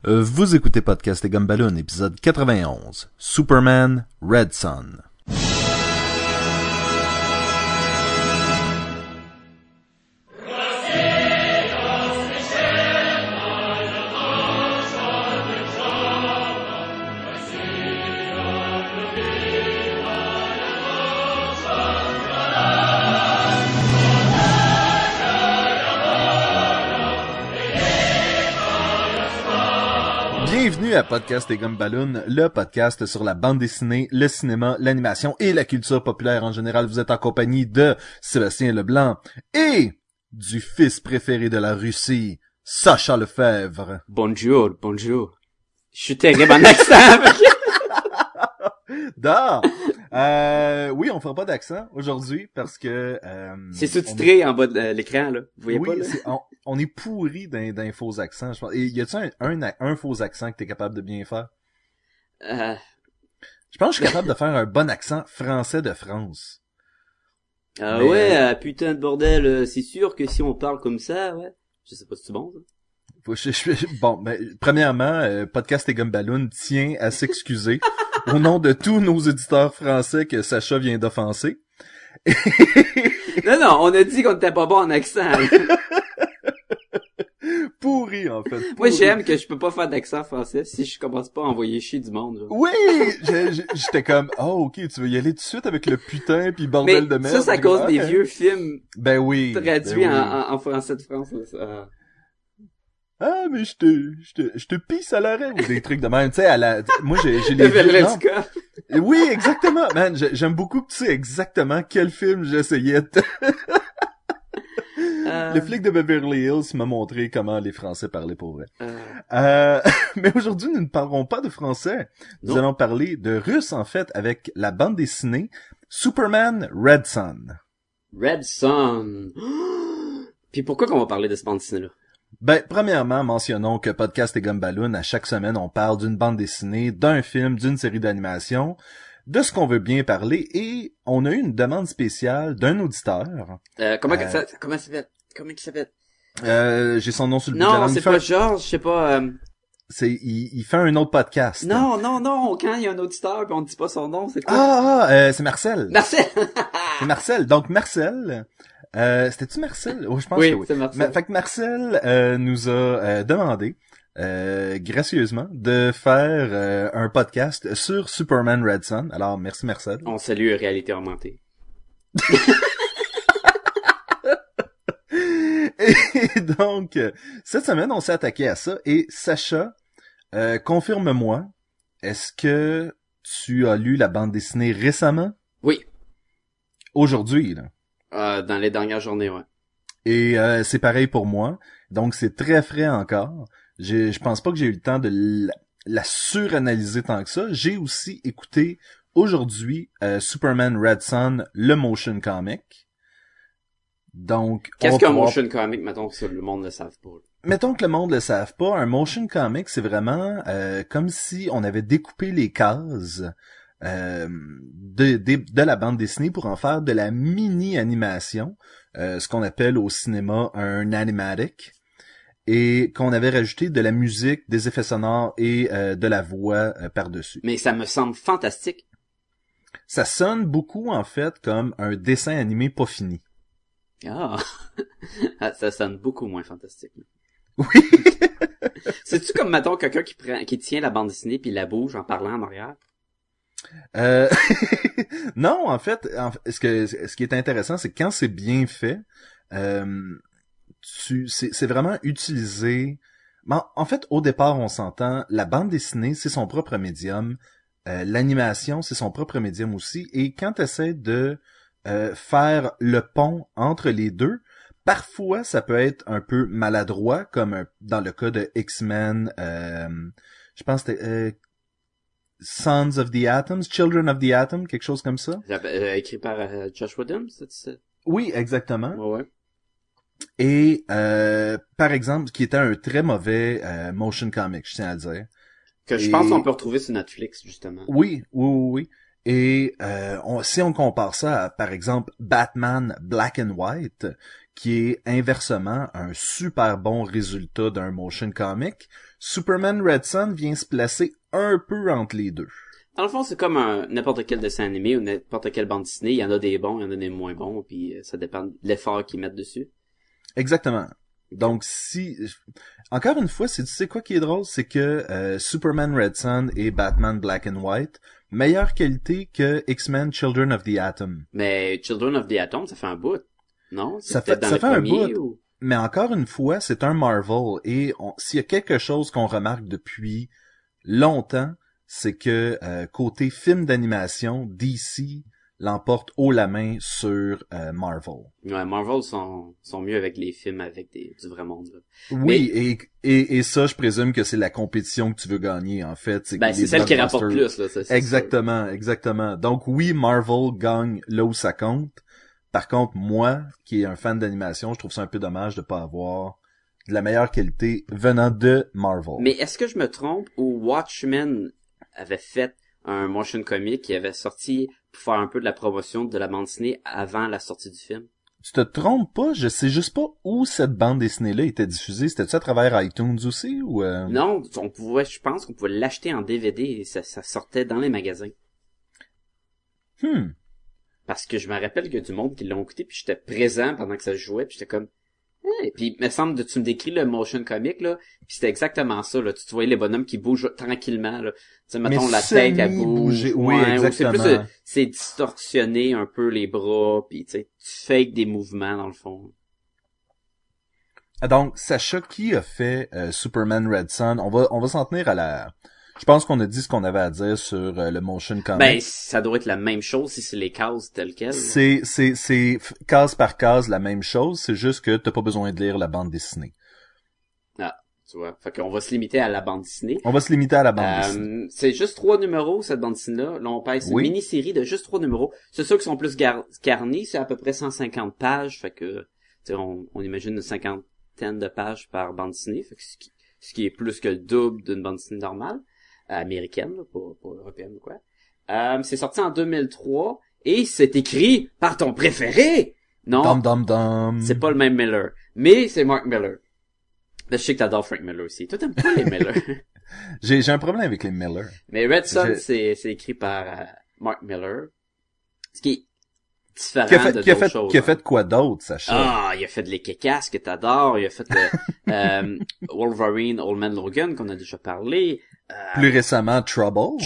Vous écoutez Podcast et Gumballoon, épisode 91, Superman, Red Son. Bienvenue à Podcast et Gumballoon, le podcast sur la bande dessinée, le cinéma, l'animation et la culture populaire en général. Vous êtes en compagnie de Sébastien Leblanc et du fils préféré de la Russie, Sacha Lefebvre. Bonjour. Je suis terrible en accent. Oui, on fera pas d'accent aujourd'hui parce que... c'est sous-titré en bas de l'écran, là. Vous voyez oui, pas, là? On est pourri d'un faux accent, je pense. Et y a-tu un faux accent que t'es capable de bien faire? Je pense que je suis capable de faire un bon accent français de France. Putain de bordel, c'est sûr que si on parle comme ça, ouais. Je sais pas si c'est bon, ça. Bon, premièrement, Podcast et Gumballoon tient à s'excuser au nom de tous nos auditeurs français que Sacha vient d'offenser. Non, on a dit qu'on était pas bon en accent. Pourri, en fait. Moi, j'aime que je peux pas faire d'accent français si je commence pas à envoyer chier du monde. Genre. Oui! J'étais comme, ok, tu veux y aller tout de suite avec le putain pis bordel de merde. Ça, c'est à cause des vieux films. Ben oui. Traduits en français de France, là, ça. Ah, mais je te pisse à l'arrêt ou des trucs de même. Tu sais, moi, j'ai les vieux, oui, exactement. Man, j'aime beaucoup que tu sais exactement quel film j'essayais de... Le flic de Beverly Hills m'a montré comment les Français parlaient pour vrai. Mais aujourd'hui, nous ne parlerons pas de français. Nous allons parler de russe, en fait, avec la bande dessinée Superman Red Son. Red Son. Puis pourquoi qu'on va parler de cette bande dessinée-là? Ben, premièrement, mentionnons que Podcast et Gumballoon, à chaque semaine, on parle d'une bande dessinée, d'un film, d'une série d'animation, de ce qu'on veut bien parler, et on a eu une demande spéciale d'un auditeur. Comment il s'appelle? J'ai son nom sur le bout de la langue. Non, c'est pas Georges, je sais pas... il fait un autre podcast. Non, quand il y a un auditeur pis on dit pas son nom, c'est quoi? C'est Marcel. Marcel! C'est Marcel. Donc, Marcel... c'était-tu Marcel? Oh, je pense oui, que oui. C'est Marcel. Fait que Marcel nous a demandé gracieusement de faire un podcast sur Superman Red Son. Alors merci Marcel. On salue Réalité Augmentée. Et donc cette semaine on s'est attaqué à ça et Sacha, confirme-moi, est-ce que tu as lu la bande dessinée récemment? Oui. Aujourd'hui, là. Dans les dernières journées, ouais. Et c'est pareil pour moi. Donc c'est très frais encore. Je pense pas que j'ai eu le temps de la suranalyser tant que ça. J'ai aussi écouté aujourd'hui Superman Red Son, le motion comic. Donc qu'est-ce qu'un motion comic, mettons que le monde ne le savent pas? Mettons que le monde le savent pas, un motion comic, c'est vraiment comme si on avait découpé les cases de la bande dessinée pour en faire de la mini-animation, ce qu'on appelle au cinéma un animatic, et qu'on avait rajouté de la musique, des effets sonores et de la voix par-dessus. Mais ça me semble fantastique. Ça sonne beaucoup, en fait, comme un dessin animé pas fini. Ah, ça sonne beaucoup moins fantastique. Oui. C'est-tu comme, mettons, quelqu'un qui tient la bande dessinée puis la bouge en parlant en arrière? Non, en fait, ce qui est intéressant, c'est que quand c'est bien fait, c'est vraiment utilisé. En fait, au départ, on s'entend, la bande dessinée, c'est son propre médium, l'animation, c'est son propre médium aussi, et quand tu essaies de faire le pont entre les deux, parfois, ça peut être un peu maladroit, comme dans le cas de X-Men, je pense que c'était Sons of the Atoms, Children of the Atom, quelque chose comme ça. Écrit par Josh Whedon, c'est... Oui, exactement. Ouais. Et par exemple, qui était un très mauvais motion comic, je tiens à le dire. Que je pense qu'on peut retrouver sur Netflix, justement. Oui. Et si on compare ça à, par exemple, Batman Black and White, qui est inversement un super bon résultat d'un motion comic, Superman Red Son vient se placer un peu entre les deux. Dans le fond, c'est comme n'importe quel dessin animé ou n'importe quelle bande dessinée. Il y en a des bons, il y en a des moins bons, puis ça dépend de l'effort qu'ils mettent dessus. Exactement. Donc encore une fois, tu sais quoi qui est drôle, c'est que Superman Red Son et Batman Black and White, meilleure qualité que X-Men Children of the Atom. Mais Children of the Atom, ça fait un bout, non? Ça fait un bout. Mais encore une fois, c'est un Marvel et s'il y a quelque chose qu'on remarque depuis longtemps, c'est que côté film d'animation, DC l'emporte haut la main sur Marvel. Ouais, Marvel sont mieux avec les films avec du vrai monde. Là. Oui, mais, et ça, je présume que c'est la compétition que tu veux gagner, en fait. C'est celle qui rapporte plus, là. Exactement, sûr. Exactement. Donc oui, Marvel gagne là où ça compte. Par contre, moi, qui est un fan d'animation, je trouve ça un peu dommage de pas avoir de la meilleure qualité venant de Marvel. Mais est-ce que je me trompe ou Watchmen avait fait un motion comic qui avait sorti pour faire un peu de la promotion de la bande dessinée avant la sortie du film? Tu te trompes pas, je sais juste pas où cette bande dessinée-là était diffusée. C'était-tu à travers iTunes aussi ou Non, je pense qu'on pouvait l'acheter en DVD et ça sortait dans les magasins. Parce que je me rappelle qu'il y a du monde qui l'ont écouté puis j'étais présent pendant que ça jouait puis j'étais comme hey. Puis il me semble que tu me décris le motion comic là, puis c'était exactement ça là, tu voyais les bonhommes qui bougent tranquillement là. Tu sais mettons la tête elle bouge, oui, exactement. C'est plus c'est distorsionné un peu les bras puis tu sais tu fakes des mouvements dans le fond. Donc Sacha qui a fait Superman Red Son, on va s'en tenir à la je pense qu'on a dit ce qu'on avait à dire sur le motion comic. Ben, ça doit être la même chose si c'est les cases telles quelles. C'est case par case la même chose, c'est juste que t'as pas besoin de lire la bande dessinée. Ah, tu vois. Fait qu'on va se limiter à la bande dessinée. On va se limiter à la bande dessinée. C'est juste 3 numéros, cette bande dessinée-là. Là, on passe une mini-série de juste 3 numéros. C'est ceux qui sont plus garnis, c'est à peu près 150 pages, fait que, tu sais, on imagine une cinquantaine de pages par bande dessinée, fait que ce qui est plus que le double d'une bande dessinée normale. Américaine, là, pas européenne ou quoi. C'est sorti en 2003 et c'est écrit par ton préféré. Non, c'est pas le même Miller, mais c'est Mark Miller. Ben, je sais que t'adores Frank Miller aussi. Toi, t'aimes pas les Miller. J'ai un problème avec les Miller. Mais Red Son, c'est écrit par Mark Miller. Ce qui est différent d'autres choses. Qui a fait quoi d'autre, Sacha? Ah, il a fait les Kick-Ass que t'adores. Il a fait Wolverine, Old Man Logan qu'on a déjà parlé. Plus récemment, Trouble.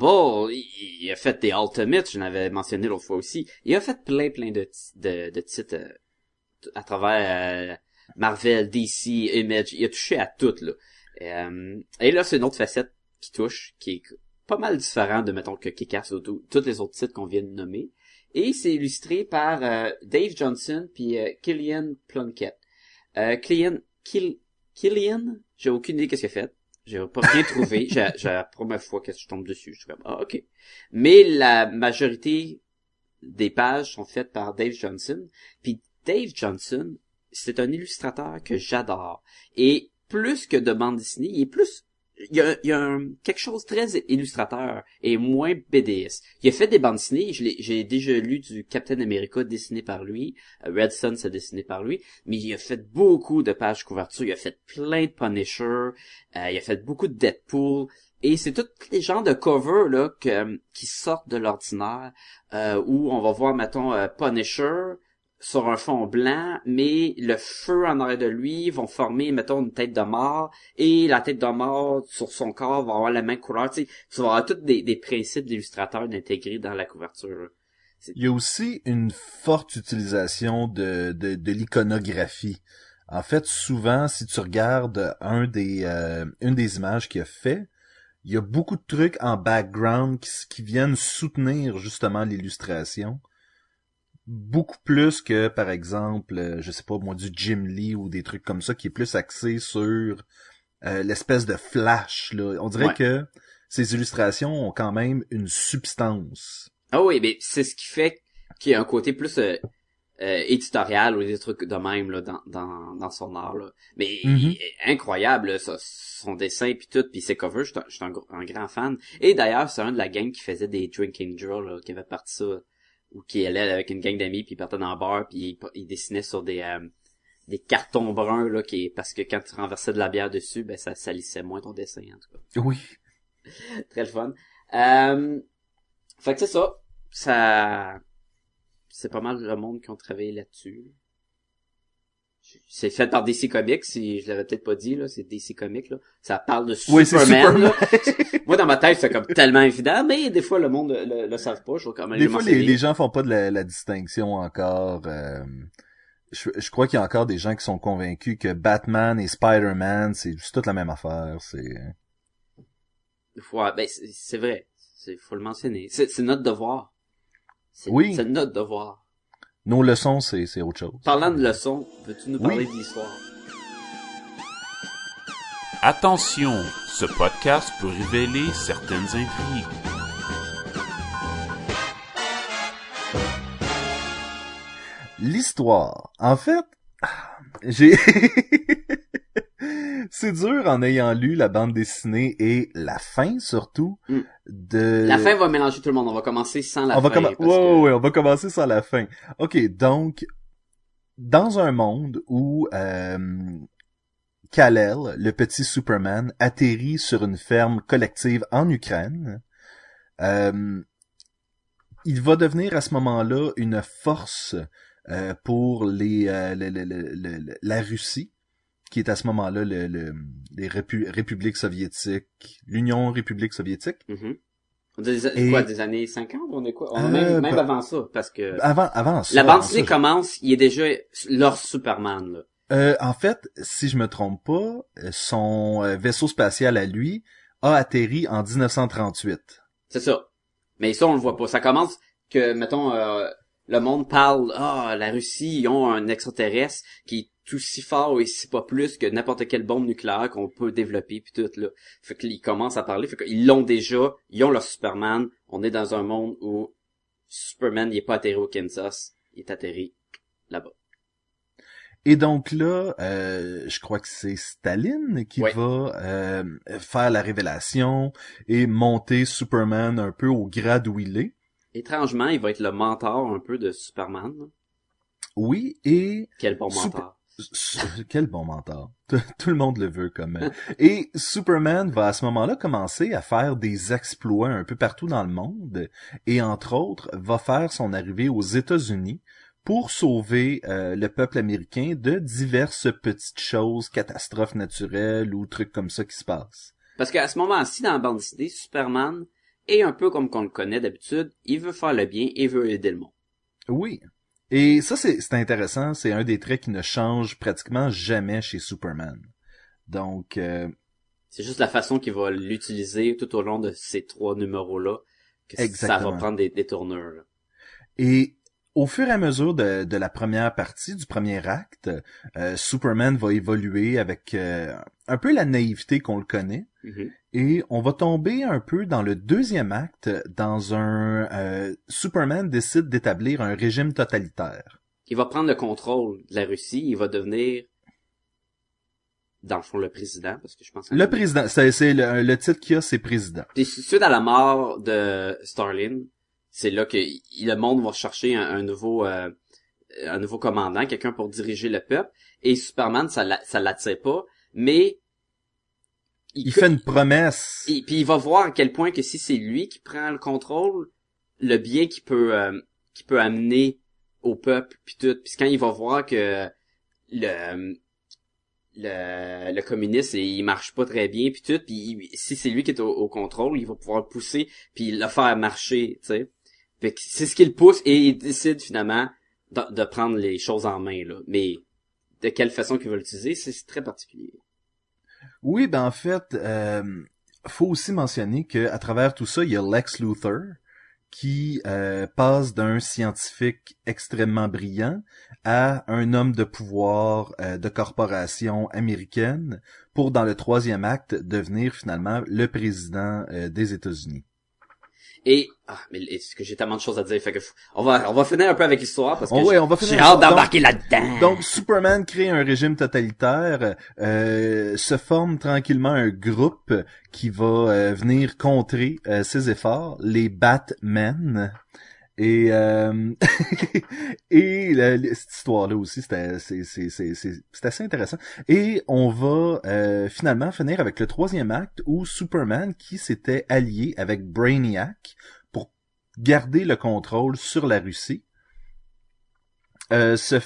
Il a fait des Ultimates, je l'avais mentionné l'autre fois aussi. Il a fait plein de titres à travers Marvel, DC, Image. Il a touché à tout, là. Et là, c'est une autre facette qui touche, qui est pas mal différent de, mettons, que Kick-Ass ou tous les autres titres qu'on vient de nommer. Et c'est illustré par Dave Johnson puis Killian Plunkett. Killian, j'ai aucune idée qu'est-ce qu'il a fait. J'ai pas rien trouvé. J'ai la première fois que je tombe dessus. Je suis comme, ah, ok. Mais la majorité des pages sont faites par Dave Johnson. Puis Dave Johnson, c'est un illustrateur que j'adore. Et plus que de bande dessinée, il y a quelque chose de très illustrateur et moins BDS. Il a fait des bandes dessinées, j'ai déjà lu du Captain America dessiné par lui, Red Son c'est dessiné par lui, mais il a fait beaucoup de pages couverture, il a fait plein de Punisher, il a fait beaucoup de Deadpool, et c'est tous les genres de covers là qui sortent de l'ordinaire, où on va voir, mettons, Punisher sur un fond blanc, mais le feu en arrière de lui vont former, mettons, une tête de mort, et la tête de mort sur son corps va avoir la même couleur. Tu sais, tu vas avoir tous des principes d'illustrateur d'intégrer dans la couverture. Il y a aussi une forte utilisation de l'iconographie. En fait, souvent, si tu regardes une des images qu'il a fait, il y a beaucoup de trucs en background qui viennent soutenir justement l'illustration. Beaucoup plus que, par exemple, je sais pas moi, du Jim Lee ou des trucs comme ça, qui est plus axé sur l'espèce de flash, là. On dirait que ces illustrations ont quand même une substance. Ah oui, mais c'est ce qui fait qu'il y a un côté plus éditorial ou des trucs de même là dans son art là. Mais incroyable là, ça, son dessin puis tout, puis ses covers, je suis un grand fan. Et d'ailleurs, c'est un de la gang qui faisait des Drinking Draw là, qui avait parti ça, ou qui allait avec une gang d'amis puis il partait dans le bar puis il dessinait sur des des cartons bruns là parce que quand tu renversais de la bière dessus, ben ça salissait moins ton dessin en tout cas. Oui. Très le fun. Fait que c'est ça. C'est pas mal le monde qui ont travaillé là-dessus. C'est fait par DC Comics, si je l'avais peut-être pas dit, là, c'est DC Comics, là. Ça parle de Superman, c'est Superman. Là. Moi, dans ma tête, c'est comme tellement évident, mais des fois, le monde le savent pas, je vois quand même des fois, les gens font pas de la distinction encore. Je crois qu'il y a encore des gens qui sont convaincus que Batman et Spider-Man, c'est toute la même affaire, Ouais, ben, c'est vrai. Faut le mentionner. C'est notre devoir. Oui. C'est notre devoir. Nos leçons, c'est autre chose. Parlant de leçons, veux-tu nous parler de l'histoire? Attention, ce podcast peut révéler certaines intrigues. L'histoire. En fait, j'ai... C'est dur en ayant lu la bande dessinée et la fin surtout de... La fin va mélanger tout le monde. On va commencer sans la fin. On va commencer sans la fin. Ok, donc dans un monde où Kal-El, le petit Superman, atterrit sur une ferme collective en Ukraine, il va devenir à ce moment-là une force pour la Russie, qui est à ce moment-là les républiques soviétiques, l'Union république soviétique. Mm-hmm. Quoi, des années 50? On est quoi? Même avant ça, parce que... Avant ça. La bande dessinée commence, il est déjà leur Superman, là. En fait, si je me trompe pas, son vaisseau spatial à lui a atterri en 1938. C'est ça. Mais ça, on le voit pas. Ça commence que, mettons, le monde parle, la Russie, ils ont un extraterrestre qui est tout si fort et si pas plus que n'importe quelle bombe nucléaire qu'on peut développer puis tout, là. Fait qu'ils commencent à parler, fait qu'ils l'ont déjà, ils ont leur Superman. On est dans un monde où Superman, il est pas atterri au Kansas, il est atterri là-bas. Et donc là, je crois que c'est Staline qui va faire la révélation et monter Superman un peu au grade où il est. Étrangement, il va être le mentor un peu de Superman. Oui, et... Quel bon mentor. Quel bon mentor. Tout le monde le veut comme... Et Superman va à ce moment-là commencer à faire des exploits un peu partout dans le monde et entre autres va faire son arrivée aux États-Unis pour sauver le peuple américain de diverses petites choses, catastrophes naturelles ou trucs comme ça qui se passent. Parce qu'à ce moment-ci, dans la bande dessinée, Superman est un peu comme qu'on le connaît d'habitude, il veut faire le bien et veut aider le monde. Oui. Et ça, c'est intéressant, c'est un des traits qui ne change pratiquement jamais chez Superman. Donc... c'est juste la façon qu'il va l'utiliser tout au long de ces 3 numéros-là que ça va prendre des tournures. Là. Et au fur et à mesure de la première partie, du premier acte, Superman va évoluer avec un peu la naïveté qu'on le connaît. Mm-hmm. Et on va tomber un peu dans le deuxième acte, dans un... Superman décide d'établir un régime totalitaire. Il va prendre le contrôle de la Russie, il va devenir, dans le fond, le président, parce que je pense... Le président, c'est le titre qu'il y a, c'est président. Puis suite à la mort de Starlin, c'est là que le monde va chercher un nouveau commandant, quelqu'un pour diriger le peuple, et Superman, ça l'attire pas, mais... Il fait une promesse. Et puis il va voir à quel point que si c'est lui qui prend le contrôle, le bien qu'il peut amener au peuple puis tout. Puis quand il va voir que le communisme il marche pas très bien puis tout, puis si c'est lui qui est au contrôle, il va pouvoir le pousser puis le faire marcher, tu sais. Fait que c'est ce qu'il pousse et il décide finalement de prendre les choses en main là. Mais de quelle façon qu'il va l'utiliser, c'est très particulier. Oui, ben en fait, faut aussi mentionner que à travers tout ça, il y a Lex Luthor qui passe d'un scientifique extrêmement brillant à un homme de pouvoir de corporation américaine pour, dans le troisième acte, devenir finalement le président des États-Unis. Et mais est-ce que j'ai tellement de choses à dire, fait que on va finir un peu avec l'histoire parce que j'ai hâte d'embarquer là-dedans. Donc Superman crée un régime totalitaire, se forme tranquillement un groupe qui va venir contrer ses efforts, les Batmen. Et cette histoire-là aussi, c'est assez intéressant. Et on va finalement finir avec le troisième acte où Superman, qui s'était allié avec Brainiac pour garder le contrôle sur la Russie, se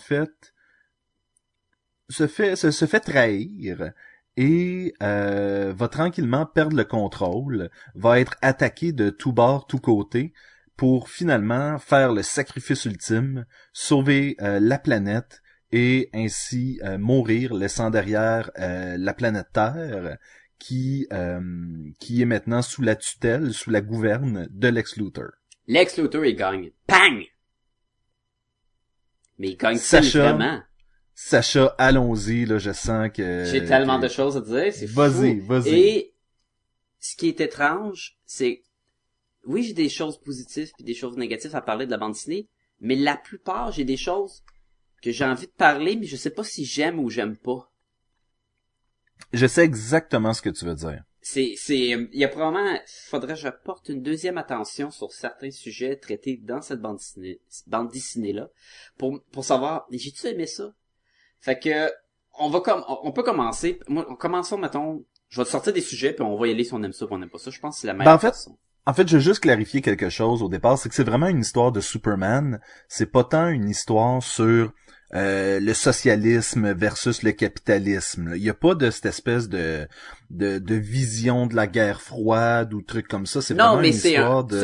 fait trahir et va tranquillement perdre le contrôle, va être attaqué de tous bords, tous côtés, pour finalement faire le sacrifice ultime, sauver la planète et ainsi mourir, laissant derrière la planète Terre qui est maintenant sous la tutelle, sous la gouverne de Lex Luthor. Lex Luthor, il gagne. Bang! Mais il gagne vraiment. Sacha, allons-y, là, je sens que... J'ai tellement de choses à dire, c'est fou. Vas-y. Et ce qui est étrange, c'est... Oui, j'ai des choses positives puis des choses négatives à parler de la bande dessinée, mais la plupart, j'ai des choses que j'ai envie de parler, mais je sais pas si j'aime ou j'aime pas. Je sais exactement ce que tu veux dire. Il y a probablement... Faudrait que je porte une deuxième attention sur certains sujets traités dans cette bande dessinée-là, pour savoir, j'ai-tu aimé ça? Fait que, on peut commencer. Commençons, mettons, je vais te sortir des sujets, puis on va y aller si on aime ça ou on n'aime pas ça. Je pense que c'est la meilleure façon. En fait, je veux juste clarifier quelque chose au départ, c'est que c'est vraiment une histoire de Superman. C'est pas tant une histoire sur le socialisme versus le capitalisme. Il y a pas de cette espèce de vision de la guerre froide ou truc comme ça. C'est vraiment une histoire de...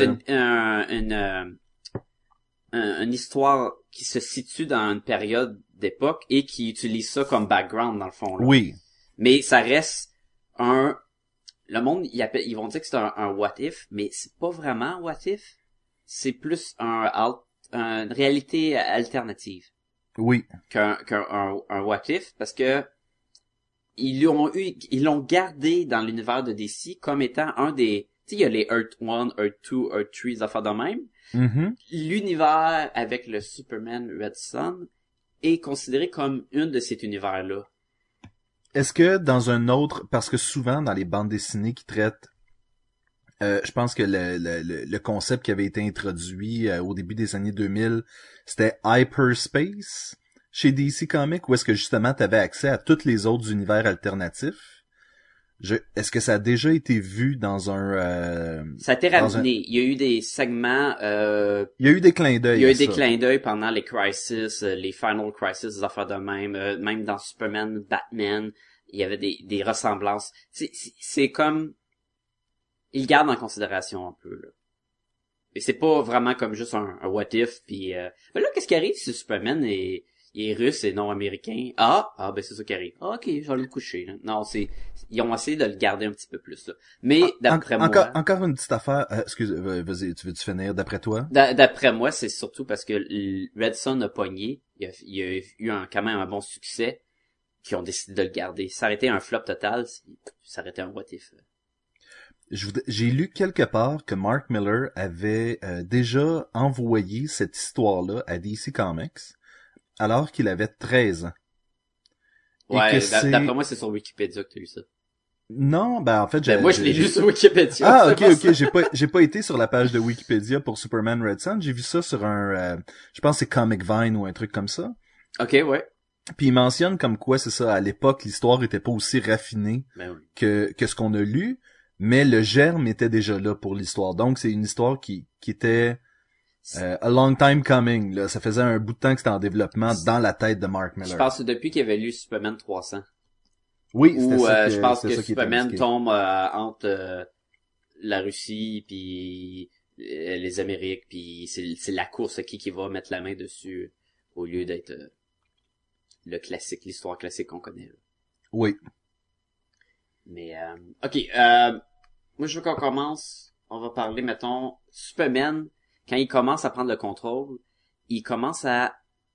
C'est une histoire qui se situe dans une période d'époque et qui utilise ça comme background dans le fond. Là. Oui. Mais ça reste le monde, ils vont dire que c'est un what if, mais c'est pas vraiment un what if. C'est plus une réalité alternative. Oui. Qu'un what if, parce que ils l'ont gardé dans l'univers de DC comme étant un des, tu sais, il y a les Earth 1, Earth 2, Earth 3, des affaires de même. Mm-hmm. L'univers avec le Superman Red Son est considéré comme une de cet univers-là. Est-ce que dans un autre, parce que souvent dans les bandes dessinées qui traitent, je pense que le concept qui avait été introduit au début des années 2000, c'était Hyperspace chez DC Comics, où est-ce que justement tu avais accès à tous les autres univers alternatifs? Est-ce que ça a déjà été vu dans un... ça a été ramené. Il y a eu des segments... Il y a eu des clins d'œil. Il y a eu des clins d'œil pendant les Crisis, les Final Crisis, des affaires de même. Même dans Superman, Batman, il y avait des ressemblances. C'est comme... Ils gardent en considération un peu, là. Et c'est pas vraiment comme juste un what if, puis... Mais là, qu'est-ce qui arrive si Superman est russe et non américain? Ben c'est ça qui arrive. Ok, je vais aller me coucher, là. Non, ils ont essayé de le garder un petit peu plus, là. Mais, d'après moi... Encore une petite affaire. Excuse, vas-y, tu veux-tu finir d'après toi? D'après moi, c'est surtout parce que Red Son a pogné. Il y a eu quand même un bon succès, qui ont décidé de le garder. Ça aurait été un flop total, ça aurait été un what if. J'ai lu quelque part que Mark Miller avait déjà envoyé cette histoire-là à DC Comics alors qu'il avait 13 ans. Ouais, d'après moi, c'est sur Wikipédia que tu as lu ça. Non, ben en fait, moi je l'ai lu sur Wikipédia. Ah, ok, j'ai pas été sur la page de Wikipédia pour Superman Red Son, j'ai vu ça sur je pense que c'est Comic Vine ou un truc comme ça. Ok, ouais. Puis il mentionne comme quoi, c'est ça, à l'époque, l'histoire était pas aussi raffinée que ce qu'on a lu, mais le germe était déjà là pour l'histoire. Donc c'est une histoire qui était a long time coming, là. Ça faisait un bout de temps que c'était en développement dans la tête de Mark Miller. Je pense que depuis qu'il avait lu Superman 300. Oui, c'était ça. Je pense que Superman tombe entre la Russie puis les Amériques, puis c'est la course qui va mettre la main dessus au lieu d'être l'histoire classique qu'on connaît. Là. Oui. Mais ok, moi je veux qu'on commence. On va parler, mettons, Superman. Quand il commence à prendre le contrôle, il commence à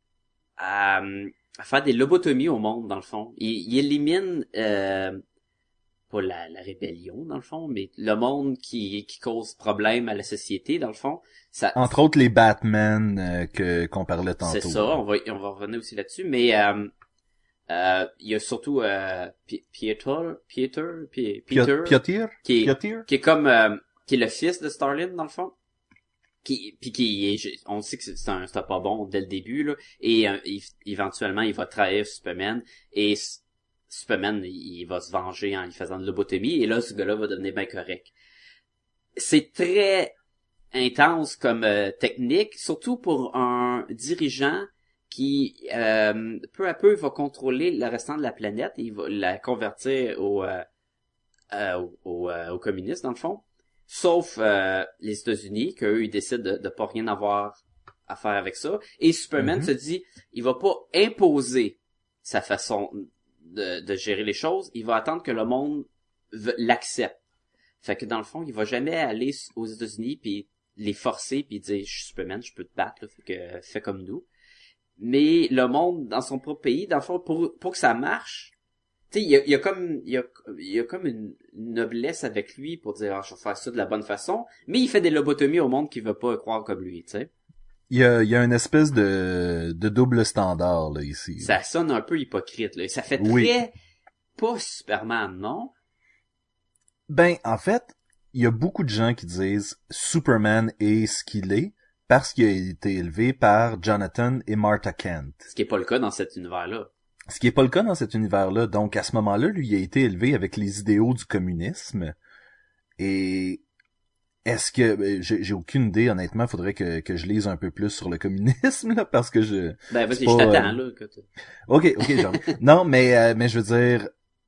faire des lobotomies au monde, dans le fond. Il élimine pas la rébellion, dans le fond, mais le monde qui cause problème à la société, dans le fond. Ça, entre autres les Batman qu'on parlait tantôt. C'est ça, on va revenir aussi là-dessus, mais il y a surtout Pieter qui est comme qui est le fils de Starlin, dans le fond. On sait que c'est pas bon dès le début, là, et éventuellement, il va trahir Superman, et Superman, il va se venger en lui faisant de lobotomie, et là, ce gars-là va devenir bien correct. C'est très intense comme technique, surtout pour un dirigeant qui, peu à peu, va contrôler le restant de la planète, et il va la convertir au communistes, dans le fond. Sauf les États-Unis, qu'eux, ils décident de pas rien avoir à faire avec ça. Et Superman se dit, il va pas imposer sa façon de gérer les choses, il va attendre que le monde l'accepte. Fait que dans le fond, il va jamais aller aux États-Unis puis les forcer puis dire, je suis Superman, je peux te battre, là, fait que fais comme nous. Mais le monde, dans son propre pays, dans le fond, pour que ça marche, tu sais, il y a comme une noblesse avec lui pour dire, je vais faire ça de la bonne façon, mais il fait des lobotomies au monde qui veut pas croire comme lui, tu sais. Il y a une espèce de double standard, là, ici. Ça sonne un peu hypocrite, là. Ça fait très pas Superman, non? Ben, en fait, il y a beaucoup de gens qui disent Superman est ce qu'il est parce qu'il a été élevé par Jonathan et Martha Kent. Ce qui est pas le cas dans cet univers-là. Ce qui est pas le cas dans cet univers-là. Donc, à ce moment-là, lui, il a été élevé avec les idéaux du communisme. Et est-ce que... j'ai aucune idée, honnêtement. Faudrait que je lise un peu plus sur le communisme, là, parce que je... Ben, vas-y, je t'attends, là. Ok, genre... Non, mais je veux dire...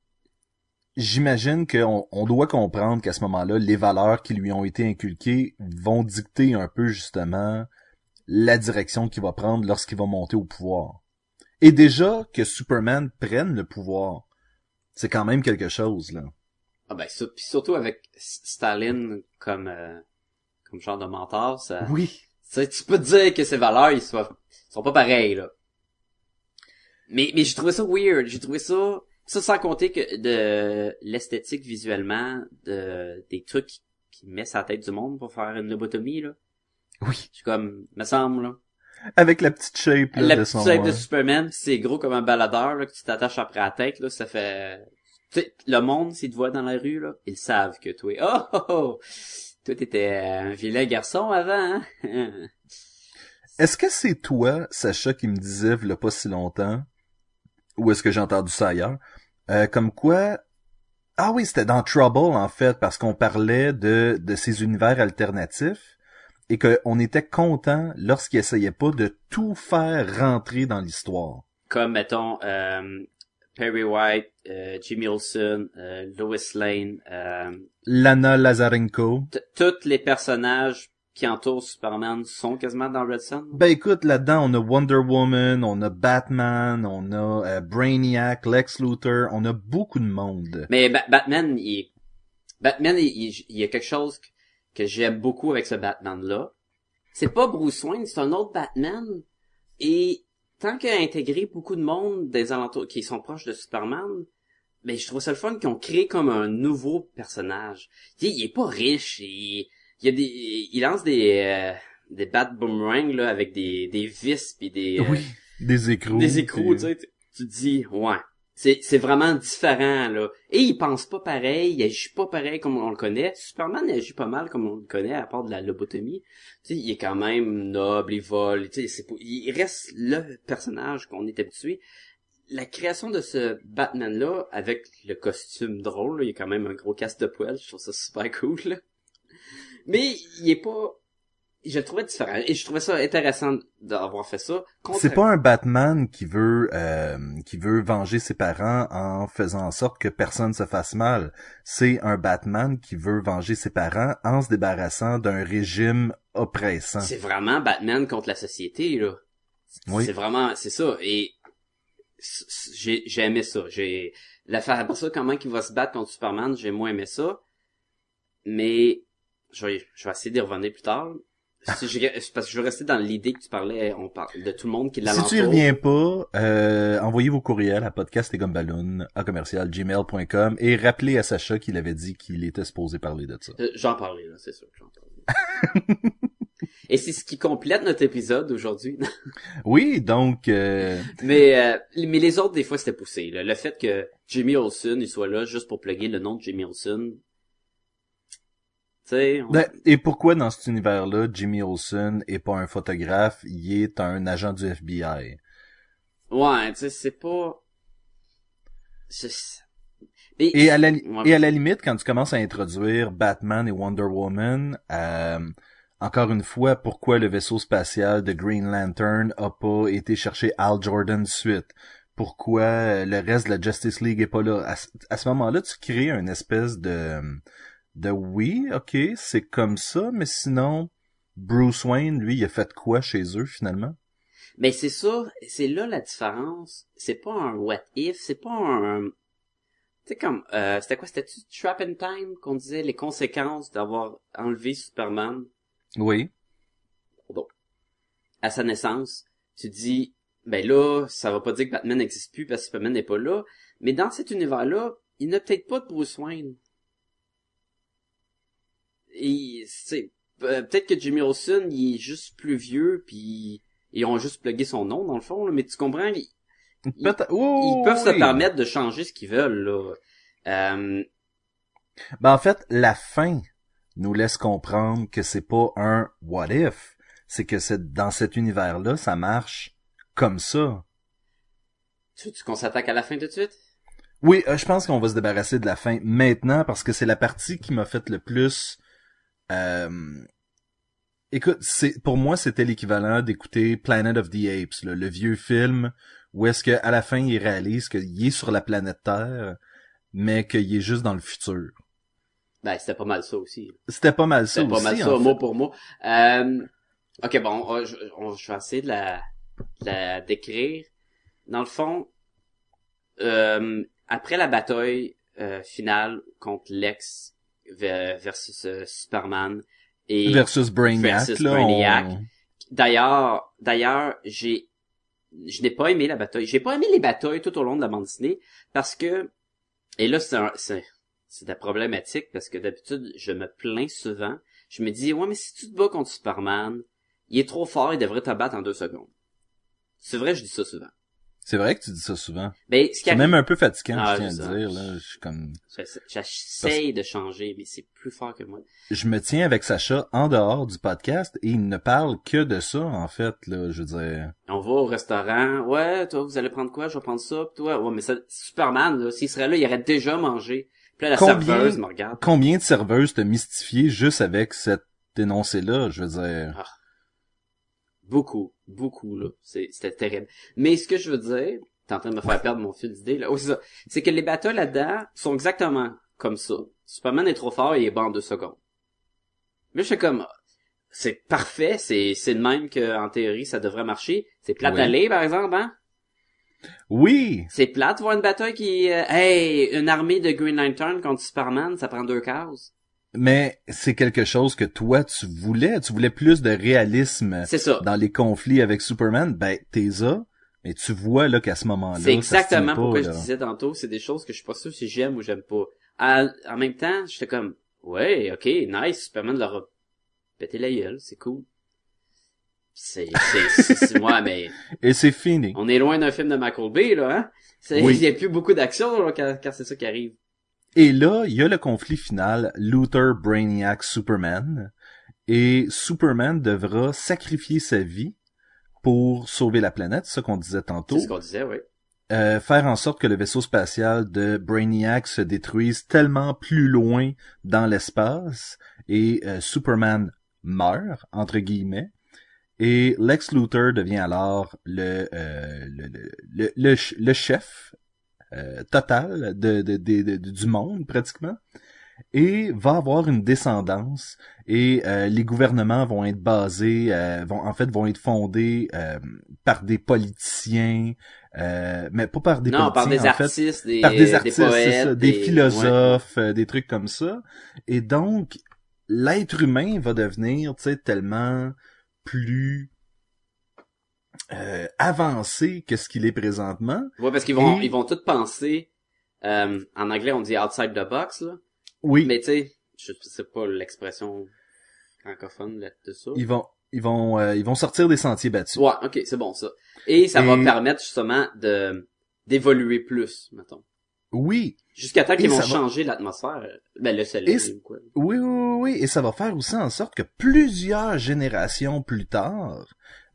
J'imagine qu'on doit comprendre qu'à ce moment-là, les valeurs qui lui ont été inculquées vont dicter un peu, justement, la direction qu'il va prendre lorsqu'il va monter au pouvoir. Et déjà que Superman prenne le pouvoir, c'est quand même quelque chose, là. Ah ben, pis surtout avec Staline comme genre de mentor, ça... Oui. Tu peux te dire que ses valeurs, ils sont pas pareils, là. Mais j'ai trouvé ça weird, j'ai trouvé ça sans compter que de l'esthétique visuellement, des trucs qui met sa tête du monde pour faire une lobotomie, là. Oui. Je suis comme, me semble, là. Avec la petite shape, là, la de petite son... shape de Superman, pis c'est gros comme un baladeur, là, que tu t'attaches après la tête, là, ça fait... T'sais, le monde, s'ils te voient dans la rue, là, ils savent que toi, toi t'étais un vilain garçon avant, hein? Est-ce que c'est toi, Sacha, qui me disait, il y a pas si longtemps, ou est-ce que j'ai entendu ça ailleurs, comme quoi... Ah oui, c'était dans Trouble, en fait, parce qu'on parlait de ces univers alternatifs, et qu'on était content lorsqu'il essayait pas de tout faire rentrer dans l'histoire. Comme, mettons, Perry White, Jimmy Olsen, Lois Lane, Lana Lazarenko. Tous les personnages qui entourent Superman sont quasiment dans Red Sun. Ben écoute, là-dedans, on a Wonder Woman, on a Batman, on a Brainiac, Lex Luthor, on a beaucoup de monde. Mais Batman, il y a quelque chose que j'aime beaucoup avec ce Batman-là. C'est pas Bruce Wayne, c'est un autre Batman. Et tant qu'il a intégré beaucoup de monde des alentours qui sont proches de Superman, ben je trouve ça le fun qu'ils ont créé comme un nouveau personnage. Il est pas riche, il lance des bat boomerangs là avec des vis puis des des écrous. Des écrous, tu sais, tu te dis ouais. C'est vraiment différent, là. Et il pense pas pareil, il agit pas pareil comme on le connaît. Superman agit pas mal comme on le connaît, à part de la lobotomie. Tu sais, il est quand même noble, il vole, tu sais, il reste le personnage qu'on est habitué. La création de ce Batman-là, avec le costume drôle, là, il y a quand même un gros casse de poêle, je trouve ça super cool, là. Mais il est pas... Je le trouvais différent et je trouvais ça intéressant d'avoir fait ça. C'est pas un Batman qui veut venger ses parents en faisant en sorte que personne se fasse mal. C'est un Batman qui veut venger ses parents en se débarrassant d'un régime oppressant. C'est vraiment Batman contre la société, là. Oui. C'est ça. Et j'ai aimé ça. Après ça, comment il va se battre contre Superman, j'ai moins aimé ça. Mais je vais essayer d'y revenir plus tard. Parce que je veux rester dans l'idée que tu parlais, on parle de tout le monde qui l'alentoure. Si tu y reviens pas, envoyez vos courriels à podcastetgumballoon@gmail.com et rappelez à Sacha qu'il avait dit qu'il était supposé parler de ça. J'en parlais, là, c'est sûr que j'en parlais. Et c'est ce qui complète notre épisode d'aujourd'hui. Oui, donc... Mais les autres, des fois, c'était poussé. Là. Le fait que Jimmy Olsen, il soit là juste pour plugger le nom de Jimmy Olsen, sais. Et pourquoi dans cet univers-là, Jimmy Olsen est pas un photographe, il est un agent du FBI? Ouais, tu sais, c'est pas... c'est- Et à la, Ouais. et à la limite, quand tu commences à introduire Batman et Wonder Woman, encore une fois, pourquoi le vaisseau spatial de Green Lantern a pas été chercher Hal Jordan suite? Pourquoi le reste de la Justice League est pas là? À ce moment-là, tu crées une espèce de oui, ok, c'est comme ça, mais sinon, Bruce Wayne, lui, il a fait quoi chez eux, finalement? Mais c'est ça, c'est là la différence. C'est pas un what if, c'est pas un... Tu sais comme, c'était quoi, c'était-tu Trap in Time qu'on disait les conséquences d'avoir enlevé Superman Oui. pardon, à sa naissance? Tu dis, ben là, ça va pas dire que Batman n'existe plus parce que Superman n'est pas là, mais dans cet univers-là, il n'a peut-être pas de Bruce Wayne. Et c'est peut-être que Jimmy Olsen, il est juste plus vieux, puis ils ont juste plugué son nom dans le fond, là, mais tu comprends, ils peuvent se permettre de changer ce qu'ils veulent là. Ben en fait, la fin nous laisse comprendre que c'est pas un what if, c'est que c'est dans cet univers-là, ça marche comme ça. Tu veux qu'on s'attaque à la fin tout de suite? Oui, je pense qu'on va se débarrasser de la fin maintenant parce que c'est la partie qui m'a fait le plus. Écoute, pour moi c'était l'équivalent d'écouter Planet of the Apes, là, le vieux film où est-ce que à la fin il réalise qu'il est sur la planète Terre, mais qu'il est juste dans le futur. Ben, c'était pas mal ça aussi. C'était pas mal ça C'était pas aussi. mal ça, mot pour mot. Ok, bon, je vais essayer de la décrire. Dans le fond, après la bataille finale contre Lex versus Superman et versus Brainiac, versus là, Brainiac. D'ailleurs, je n'ai pas aimé la bataille. J'ai pas aimé les batailles tout au long de la bande dessinée parce que, et là c'est de la problématique parce que d'habitude je me plains souvent. Je me dis ouais mais si tu te bats contre Superman, il est trop fort, il devrait te battre en 2 secondes. C'est vrai, je dis ça souvent. C'est vrai que tu dis ça souvent. Ben, c'est même un peu fatigant, je tiens à le dire, là. Je suis comme... J'essaye de changer, mais c'est plus fort que moi. Je me tiens avec Sacha en dehors du podcast et il ne parle que de ça, en fait, là, je veux dire. On va au restaurant. Ouais, toi, vous allez prendre quoi? Je vais prendre ça. Pis toi, ouais, mais ça, Superman, là, s'il serait là, il aurait déjà mangé. Puis là, la serveuse me regarde. Combien de serveuses te mystifié juste avec cet énoncé-là, je veux dire? Ah. Beaucoup, là. C'était terrible. Mais ce que je veux dire, t'es en train de me faire perdre mon fil d'idée, là. Oh, c'est ça. C'est que les bateaux là-dedans sont exactement comme ça. Superman est trop fort et il est bas en 2 secondes. Mais je fais comme, c'est parfait, c'est de même que, en théorie, ça devrait marcher. C'est plate à lire, par exemple, hein? Oui! C'est plate voir une bataille qui, une armée de Green Lantern contre Superman, ça prend 2 cases. Mais c'est quelque chose que toi, tu voulais plus de réalisme dans les conflits avec Superman. Ben, t'es ça, mais tu vois là qu'à ce moment-là, c'est exactement pas, pourquoi là. je disais tantôt, c'est des choses que je suis pas sûr si j'aime ou j'aime pas. En même temps, j'étais comme, ouais, ok, nice, Superman leur a pété la gueule, c'est cool. C'est moi, mais... Et c'est fini. On est loin d'un film de Michael Bay, là, hein? Il y a plus beaucoup d'action, là, quand c'est ça qui arrive. Et là, il y a le conflit final, Luthor, Brainiac, Superman. Et Superman devra sacrifier sa vie pour sauver la planète, c'est ça qu'on disait tantôt. C'est ce qu'on disait, oui. Faire en sorte que le vaisseau spatial de Brainiac se détruise tellement plus loin dans l'espace et Superman meurt, entre guillemets. Et Lex Luthor devient alors le chef total du monde pratiquement et va avoir une descendance et les gouvernements vont être basés vont être fondés par des politiciens mais pas par des politiciens par des en artistes, fait, par des artistes, des poètes, c'est ça, des philosophes, des trucs comme ça. Et donc l'être humain va devenir, tu sais, tellement plus avancé que ce qu'il est présentement. Ouais, parce qu'ils vont tous penser, en anglais on dit outside the box, là. Oui. Mais tu sais, je sais pas l'expression francophone de ça. Ils vont sortir des sentiers battus. Ouais, ok, c'est bon ça. Et ça va permettre justement d'évoluer plus, mettons. Oui. Jusqu'à temps qu'ils Et vont ça va- changer l'atmosphère. Ben, le Et soleil c- ou quoi. oui, et ça va faire aussi en sorte que plusieurs générations plus tard,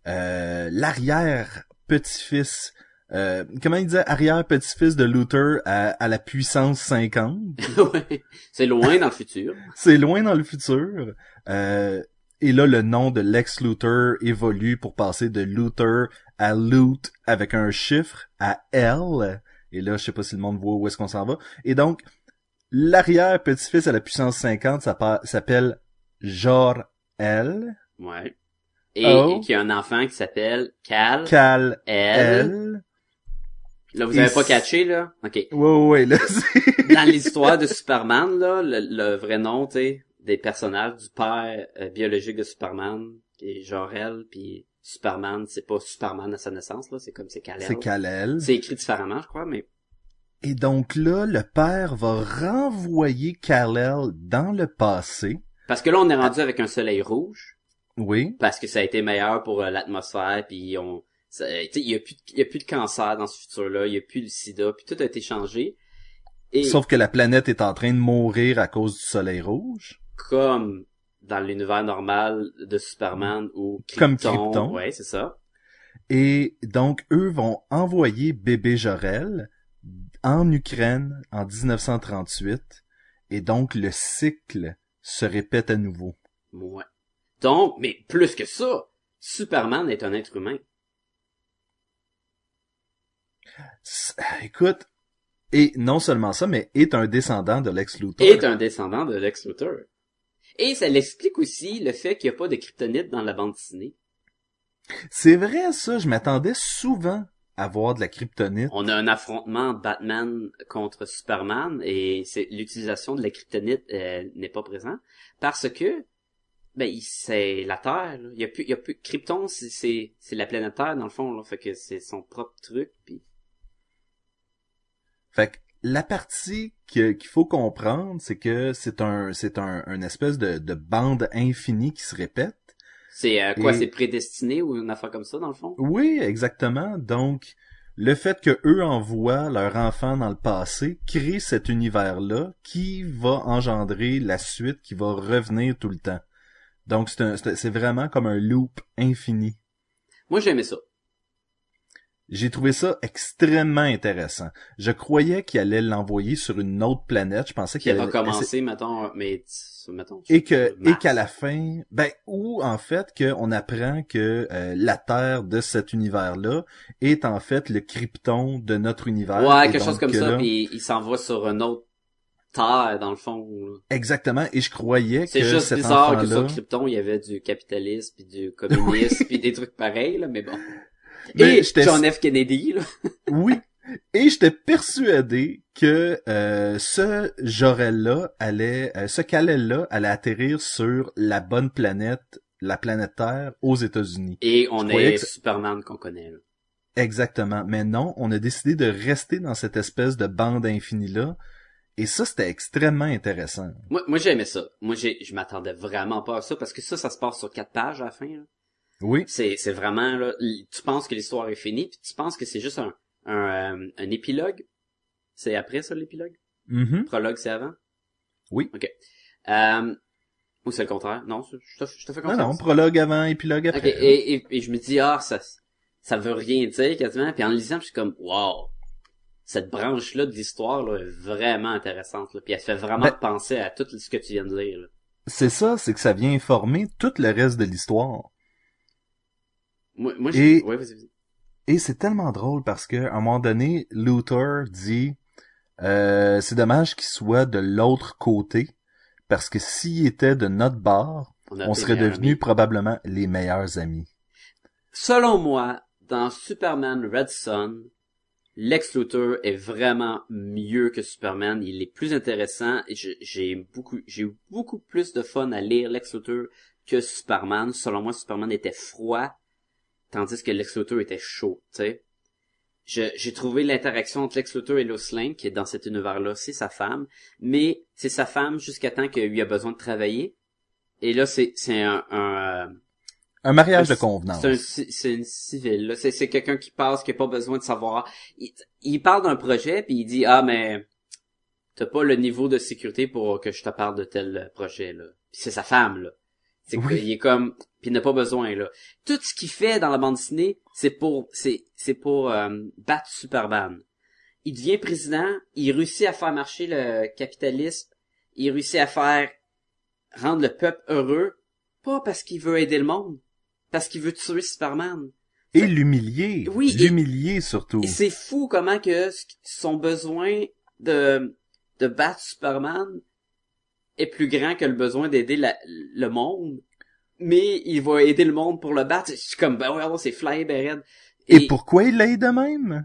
l'arrière-petit-fils, comment il disait, arrière-petit-fils de Luthor à la puissance 50, Ouais. C'est loin dans le futur. c'est loin dans le futur, et là, le nom de Lex Luthor évolue pour passer de Luthor à Lut avec un chiffre à L. Et là, je sais pas si le monde voit où est-ce qu'on s'en va. Et donc, l'arrière-petit-fils à la puissance 50 s'appelle Jor-El. Ouais. Et Oh. qu'il y a un enfant qui s'appelle Kal-El. Kal-El. Là, vous Et avez pas c- catché, là? OK. Ouais, là, c'est... Dans l'histoire de Superman, là, le vrai nom, tu sais, des personnages, du père biologique de Superman, qui est Jor-El, puis Superman, c'est pas Superman à sa naissance, là, c'est comme c'est Kal-El. C'est Kal-El. C'est écrit différemment, je crois, mais... Et donc là, le père va renvoyer Kal-El dans le passé. Parce que là, on est rendu avec un soleil rouge, Oui. parce que ça a été meilleur pour l'atmosphère, puis tu sais, il y a plus de cancer dans ce futur-là, il y a plus de sida, puis tout a été changé. Et Sauf que la planète est en train de mourir à cause du soleil rouge. comme dans l'univers normal de Superman ou Comme Krypton. Krypton. Ouais, c'est ça. Et donc, eux vont envoyer bébé Jor-El en Ukraine en 1938. Et donc, le cycle se répète à nouveau. Ouais. Donc, mais plus que ça, Superman est un être humain. Écoute, et non seulement ça, mais est un descendant de Lex Luthor. Est un descendant de Lex Luthor. Et ça l'explique aussi le fait qu'il n'y a pas de kryptonite dans la bande dessinée. C'est vrai, ça, je m'attendais souvent à voir de la kryptonite. On a un affrontement Batman contre Superman et c'est l'utilisation de la kryptonite n'est pas présent parce que c'est la Terre. Là. Il y a plus Krypton, c'est la planète Terre dans le fond là, fait que c'est son propre truc puis Fait que la partie qu'il faut comprendre, c'est que c'est une espèce de bande infinie qui se répète. c'est quoi, Et- c'est prédestiné ou une affaire comme ça dans le fond. Oui, exactement. Donc, le fait que eux envoient leur enfant dans le passé crée cet univers-là qui va engendrer la suite qui va revenir tout le temps. Donc, c'est vraiment comme un loop infini. Moi j'aimais ça. J'ai trouvé ça extrêmement intéressant. Je croyais qu'il allait l'envoyer sur une autre planète. Je pensais Qui qu'il a allait... recommencé mettons mettons Et Mars. qu'à la fin, ou en fait qu'on apprend que la Terre de cet univers-là est en fait le Krypton de notre univers. Ouais, Et quelque chose donc comme que ça là- puis il s'envoie sur une autre Terre dans le fond. Là. Exactement. Et je croyais C'est que juste cet bizarre que enfant-là... sur Krypton, il y avait du capitalisme puis du communisme puis des trucs pareils, là, mais bon. Mais Et j'étais- John F. Kennedy, là. Oui. Et j'étais persuadé que ce Jor-El-là ce Kal-El-là allait atterrir sur la bonne planète, la planète Terre, aux États-Unis. Et on croyais est que ça- Superman qu'on connaît, là. Exactement. Mais non, on a décidé de rester dans cette espèce de bande infinie-là. Et ça, c'était extrêmement intéressant. Moi j'aimais ça. Moi, je m'attendais vraiment pas à ça parce que ça se passe sur 4 pages à la fin, là. Oui. C'est vraiment, là, tu penses que l'histoire est finie puis tu penses que c'est juste un épilogue. C'est après ça, l'épilogue? Mhm. Prologue, c'est avant? Oui. Ok. Ou c'est le contraire? Non, je te fais Non, confiance. non, prologue avant, épilogue Ok, après. et je me dis, ça veut rien dire quasiment. Puis en le lisant, je suis comme, wow, cette branche-là de l'histoire là, est vraiment intéressante. Là. Puis elle fait vraiment Ben- penser à tout ce que tu viens de dire. Là. C'est ça, c'est que ça vient informer tout le reste de l'histoire. Moi Et- ouais, vas-y. Et c'est tellement drôle parce que à un moment donné, Luthor dit c'est dommage qu'il soit de l'autre côté parce que s'il était de notre bord, a on été serait meilleurs devenus amis. probablement les meilleurs amis. Selon moi, dans Superman Red Son, Lex Luthor est vraiment mieux que Superman. Il est plus intéressant et j'ai eu beaucoup plus de fun à lire Lex Luthor que Superman. Selon moi, Superman était froid, tandis que Lex Luthor était chaud, tu sais. J'ai trouvé l'interaction entre Lex Luthor et Lois Lane, qui est dans cet univers-là, c'est sa femme, mais c'est sa femme jusqu'à temps qu'il a besoin de travailler. Et là, c'est Un mariage de convenance. C'est une civile, là. C'est quelqu'un qui passe, qui a pas besoin de savoir. Il parle d'un projet, puis il dit, ah, mais t'as pas le niveau de sécurité pour que je te parle de tel projet, là. Puis c'est sa femme, là. C'est Oui. qu'il est comme, puis il n'a pas besoin, là. Tout ce qu'il fait dans la bande dessinée, c'est pour battre Superman. Il devient président, il réussit à faire marcher le capitalisme, il réussit à rendre le peuple heureux, pas parce qu'il veut aider le monde, parce qu'il veut tuer Superman. Et l'humilier. Oui, l'humilier surtout. Et c'est fou comment que son besoin de battre Superman est plus grand que le besoin d'aider le monde. Mais il va aider le monde pour le battre. Je suis comme, ben ouais, c'est fly, ben raide. Et pourquoi il l'aide de même?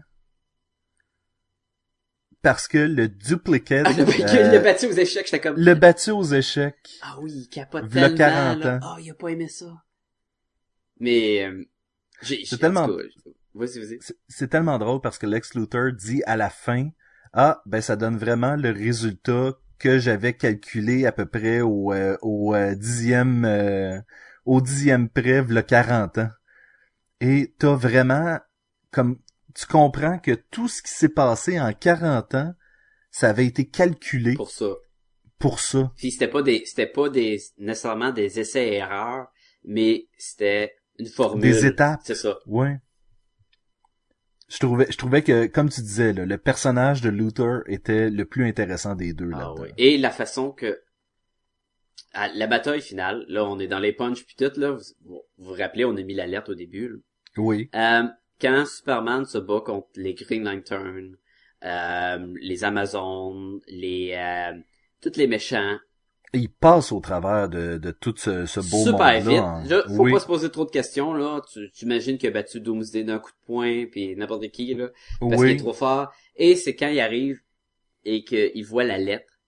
Parce que le duplicate... le battu aux échecs, j'étais comme... Le battu aux échecs. Ah oui, il capote V'là tellement, 40 là. ans. Ah, il a pas aimé ça. Mais, C'est tellement... Vas-y. C'est tellement drôle parce que Lex Luthor dit à la fin, ben ça donne vraiment le résultat que j'avais calculé à peu près au dixième près, v'là 40 ans. Et t'as vraiment, comme, tu comprends que tout ce qui s'est passé en 40 ans, ça avait été calculé. Pour ça. Puis c'était pas nécessairement des essais et erreurs, mais c'était une formule. Des étapes. C'est ça. Ouais. Je trouvais que, comme tu disais, là, le personnage de Luthor était le plus intéressant des deux là-dedans. Oui. Et la façon que à la bataille finale, là, on est dans les punchs puis tout, là, vous rappelez, on a mis l'alerte au début, là. Oui. Quand Superman se bat contre les Green Lantern, les Amazones, tous les méchants. Il passe au travers de tout ce beau super monde-là. Vite. Là, faut pas se poser trop de questions, là. Tu imagines qu'il a battu Doomsday d'un coup de poing, puis n'importe qui, là. Parce qu'il est trop fort. Et c'est quand il arrive et qu'il voit la lettre.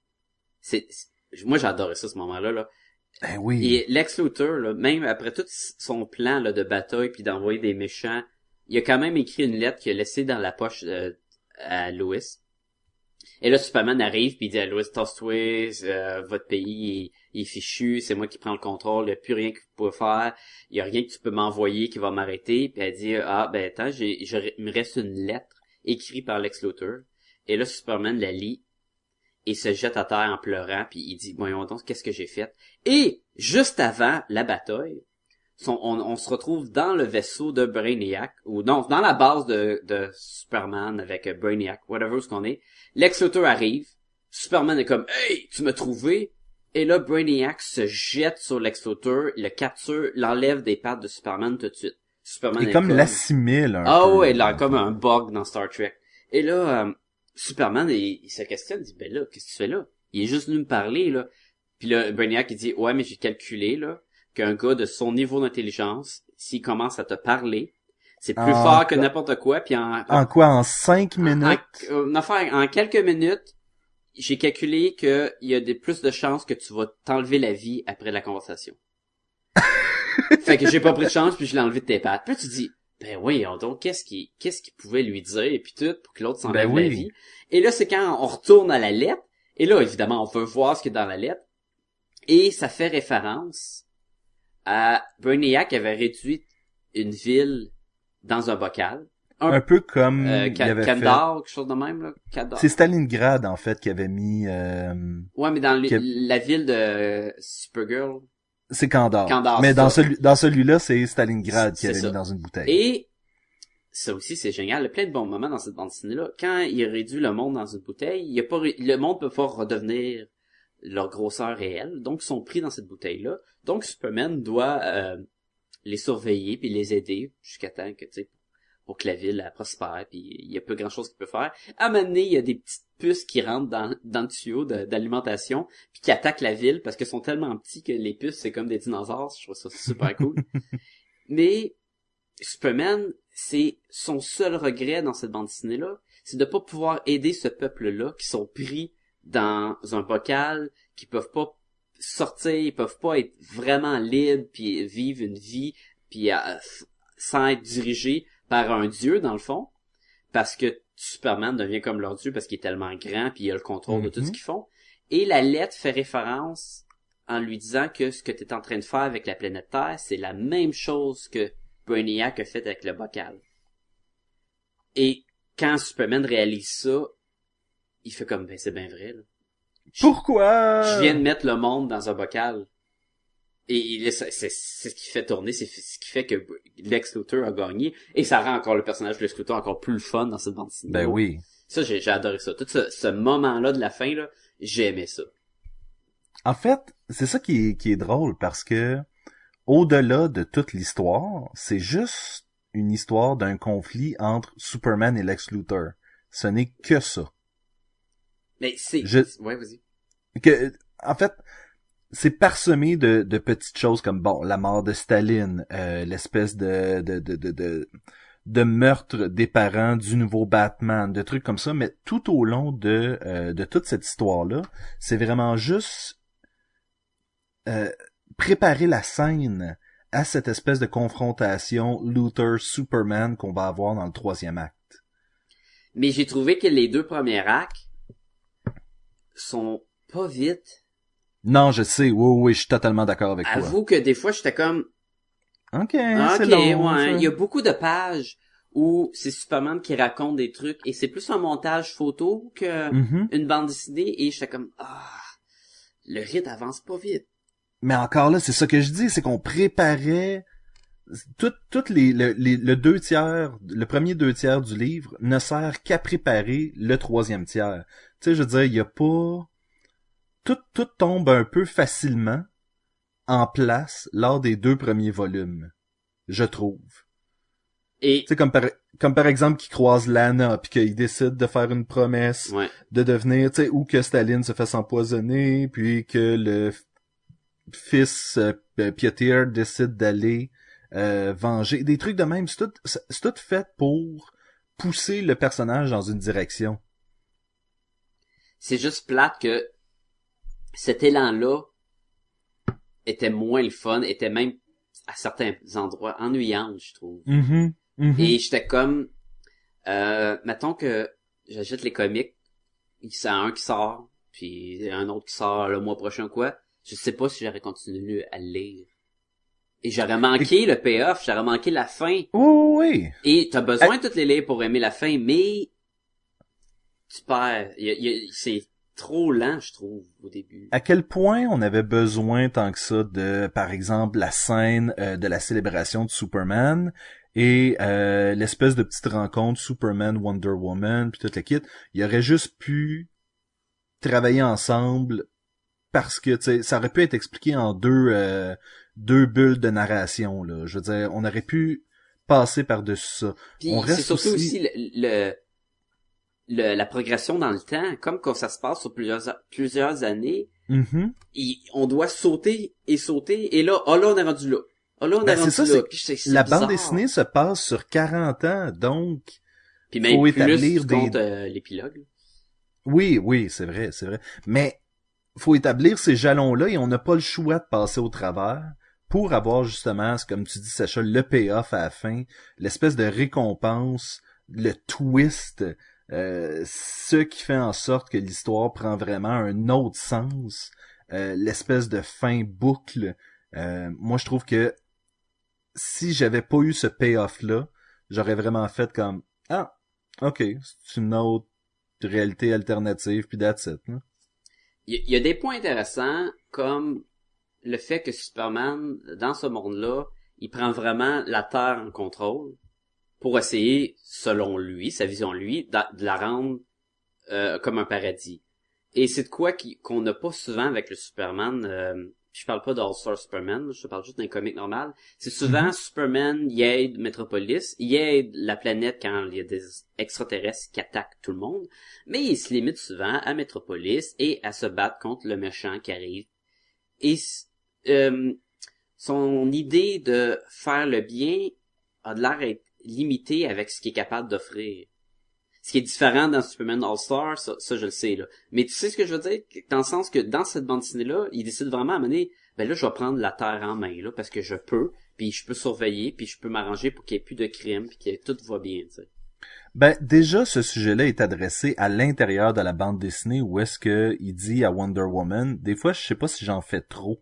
Moi, j'adorais ça, ce moment-là, là. Ben oui. Et Lex Luthor, là, même après tout son plan, là, de bataille puis d'envoyer des méchants, il a quand même écrit une lettre qu'il a laissée dans la poche à Lois. Et là, Superman arrive puis il dit à Lois, tasse-toi, votre pays il est fichu, c'est moi qui prends le contrôle, il n'y a plus rien que vous pouvez faire, il y a rien que tu peux m'envoyer qui va m'arrêter. Puis elle dit, ah ben attends, il me reste une lettre écrite par Lex Luthor. Et là, Superman la lit et se jette à terre en pleurant, puis il dit, voyons donc, qu'est-ce que j'ai fait? Et juste avant la bataille, on se retrouve dans le vaisseau de Brainiac, ou non, dans la base de Superman avec Brainiac, whatever ce qu'on est. Lex Luthor arrive, Superman est comme, hey, tu m'as trouvé? Et là, Brainiac se jette sur Lex Luthor, il le capture, l'enlève des pattes de Superman tout de suite. Superman est comme l'assimile un peu. Ah ouais, il a comme un bug dans Star Trek. Et là, Superman, il se questionne, il dit, ben là, qu'est-ce que tu fais là? Il est juste venu me parler, là. Puis là, Brainiac, il dit, ouais, mais j'ai calculé, là, qu'un gars de son niveau d'intelligence, s'il commence à te parler, c'est plus fort que n'importe quoi, puis en 5 minutes? En quelques minutes, j'ai calculé qu'il y a plus de chances que tu vas t'enlever la vie après la conversation. Fait que j'ai pas pris de chance, puis je l'ai enlevé de tes pattes. Puis là, tu dis, ben oui, donc qu'est-ce qu'il pouvait lui dire, et puis tout, pour que l'autre s'enlève la vie. Et là, c'est quand on retourne à la lettre, et là, évidemment, on veut voir ce qu'il y a dans la lettre, et ça fait référence à Brainiac avait réduit une ville dans un bocal. Un peu comme Kandar, quelque chose de même, là. Kandar. C'est Stalingrad, en fait, qui avait mis... Ouais, mais dans la ville de Supergirl. C'est Kandar. Mais dans celui-là, c'est Stalingrad qui avait mis dans une bouteille. Et ça aussi, c'est génial. Il y a plein de bons moments dans cette bande dessinée-là. Quand il réduit le monde dans une bouteille, le monde peut pas redevenir leur grosseur réelle. Donc, ils sont pris dans cette bouteille-là. Donc, Superman doit les surveiller puis les aider jusqu'à temps que, tu sais, pour que la ville elle prospère, puis il y a peu grand-chose qu'il peut faire. À un moment donné, il y a des petites puces qui rentrent dans le tuyau d'alimentation, puis qui attaquent la ville, parce qu'elles sont tellement petits que les puces, c'est comme des dinosaures. Je trouve ça super cool. Mais Superman, c'est son seul regret dans cette bande dessinée-là, c'est de pas pouvoir aider ce peuple-là, qui sont pris dans un bocal, qui peuvent pas sortir, ils peuvent pas être vraiment libres, puis vivre une vie, puis sans être dirigés par un dieu, dans le fond, parce que Superman devient comme leur dieu, parce qu'il est tellement grand, puis il a le contrôle de tout ce qu'ils font. Et la lettre fait référence en lui disant que ce que t'es en train de faire avec la planète Terre, c'est la même chose que Brainiac a fait avec le bocal. Et quand Superman réalise ça, il fait comme, ben c'est bien vrai, là. Pourquoi? Je viens de mettre le monde dans un bocal. Et là, c'est ce qui fait tourner, c'est ce qui fait que Lex Luthor a gagné. Et ça rend encore le personnage de Lex Luthor encore plus le fun dans cette bande dessinée. Ben oui. Ça, j'ai adoré ça. Tout ce moment-là de la fin, là, j'ai aimé ça. En fait, c'est ça qui est drôle parce que au-delà de toute l'histoire, c'est juste une histoire d'un conflit entre Superman et Lex Luthor. Ce n'est que ça. Mais c'est... Ouais, vas-y. En fait, c'est parsemé de petites choses comme, bon, la mort de Staline, l'espèce de meurtre des parents du nouveau Batman, de trucs comme ça, mais tout au long de toute cette histoire-là, c'est vraiment juste préparer la scène à cette espèce de confrontation Luthor-Superman qu'on va avoir dans le 3e acte. Mais j'ai trouvé que les 2 premiers actes sont pas vite. Non, je sais, oui, je suis totalement d'accord avec toi. Avoue que des fois, j'étais comme... Ok, c'est long. Ouais. Il y a beaucoup de pages où c'est Superman qui raconte des trucs et c'est plus un montage photo que une bande dessinée et j'étais comme, le rythme avance pas vite. Mais encore là, c'est ça que je dis, c'est qu'on préparait toutes le 2/3, le premier 2/3 du livre ne sert qu'à préparer le 3e tiers. Tu sais, je veux dire, il y a pas... Tout tombe un peu facilement en place lors des 2 premiers volumes, je trouve. Et... Tu sais, comme par exemple qu'il croise Lana, puis qu'il décide de faire une promesse de devenir, tu sais, ou que Staline se fasse empoisonner, puis que le fils Piotr décide d'aller venger. Des trucs de même, c'est tout fait pour pousser le personnage dans une direction. C'est juste plate que cet élan-là était moins le fun, était même à certains endroits ennuyant, je trouve. Et j'étais comme, mettons que j'achète les comics, il y en a un qui sort, puis un autre qui sort le mois prochain quoi, je sais pas si j'aurais continué à le lire. Et j'aurais manqué le payoff, j'aurais manqué la fin. Oui. Et t'as besoin de toutes les lire pour aimer la fin, mais tu perds. C'est trop lent, je trouve, au début. À quel point on avait besoin tant que ça de, par exemple, la scène de la célébration de Superman et l'espèce de petite rencontre Superman, Wonder Woman, puis toute la kit. Il aurait juste pu travailler ensemble parce que, tu sais, ça aurait pu être expliqué en deux bulles de narration, là. Je veux dire, on aurait pu passer par-dessus ça. Puis On reste c'est surtout aussi la progression dans le temps, comme quand ça se passe sur plusieurs années, on doit sauter, et là, là, on est rendu là. Là, on est rendu là. C'est la bizarre. bande dessinée se passe sur 40 ans, donc puis même faut plus établir compte l'épilogue. Oui, c'est vrai. Mais faut établir ces jalons-là et on n'a pas le choix de passer au travers pour avoir justement, comme tu dis, Sacha, le payoff à la fin, l'espèce de récompense, le twist, ce qui fait en sorte que l'histoire prend vraiment un autre sens, l'espèce de fin boucle. Moi, je trouve que si j'avais pas eu ce payoff-là, j'aurais vraiment fait comme « Ah, ok, c'est une autre réalité alternative, puis that's it. » Il y a des points intéressants, comme le fait que Superman, dans ce monde-là, il prend vraiment la Terre en contrôle pour essayer, selon lui, sa vision lui, de la rendre comme un paradis. Et c'est de quoi qu'on n'a pas souvent avec le Superman. Je parle pas d'All-Star Superman, je te parle juste d'un comic normal. C'est souvent Superman, il aide Metropolis, il aide la planète quand il y a des extraterrestres qui attaquent tout le monde, mais il se limite souvent à Metropolis et à se battre contre le méchant qui arrive. Et son idée de faire le bien a de l'air d'être limitée avec ce qu'il est capable d'offrir. Ce qui est différent dans Superman All-Star, ça je le sais, là. Mais tu sais ce que je veux dire? Dans le sens que dans cette bande dessinée-là, il décide vraiment à mener, ben là, je vais prendre la terre en main, là, parce que je peux, puis je peux surveiller, puis je peux m'arranger pour qu'il y ait plus de crimes, puis que tout va bien, tu sais. Ben, déjà, ce sujet-là est adressé à l'intérieur de la bande dessinée où est-ce que il dit à Wonder Woman, des fois, je sais pas si j'en fais trop.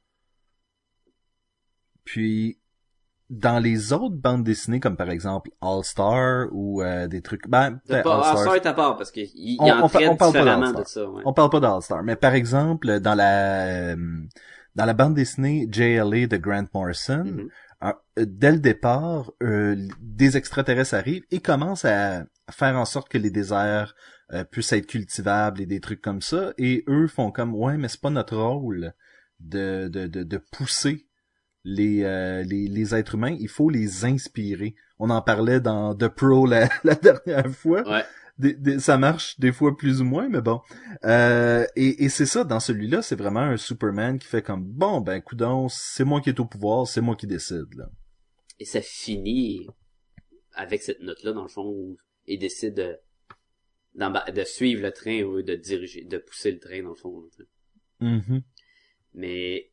Puis, dans les autres bandes dessinées, comme par exemple All-Star ou des trucs, ben, peut-être All-Star est à part, parce qu'il en traite on parle pas différemment de d'All-Star. ça, ouais. On parle pas d'All-Star. Mais par exemple, dans la bande dessinée JLA de Grant Morrison, Mhm. dès le départ, des extraterrestres arrivent et commencent à faire en sorte que les déserts puissent être cultivables et des trucs comme ça. Et eux font comme, ouais, mais c'est pas notre rôle de pousser les êtres humains. Il faut les inspirer. On en parlait dans The Pro la dernière fois. Ouais. Ça marche des fois plus ou moins, mais bon. Et c'est ça, dans celui-là, c'est vraiment un Superman qui fait comme, bon, ben, coudonc, c'est moi qui est au pouvoir, c'est moi qui décide, là. Et ça finit avec cette note-là, dans le fond, où il décide de suivre le train ou de diriger, de pousser le train, dans le fond. Là, Mm-hmm. mais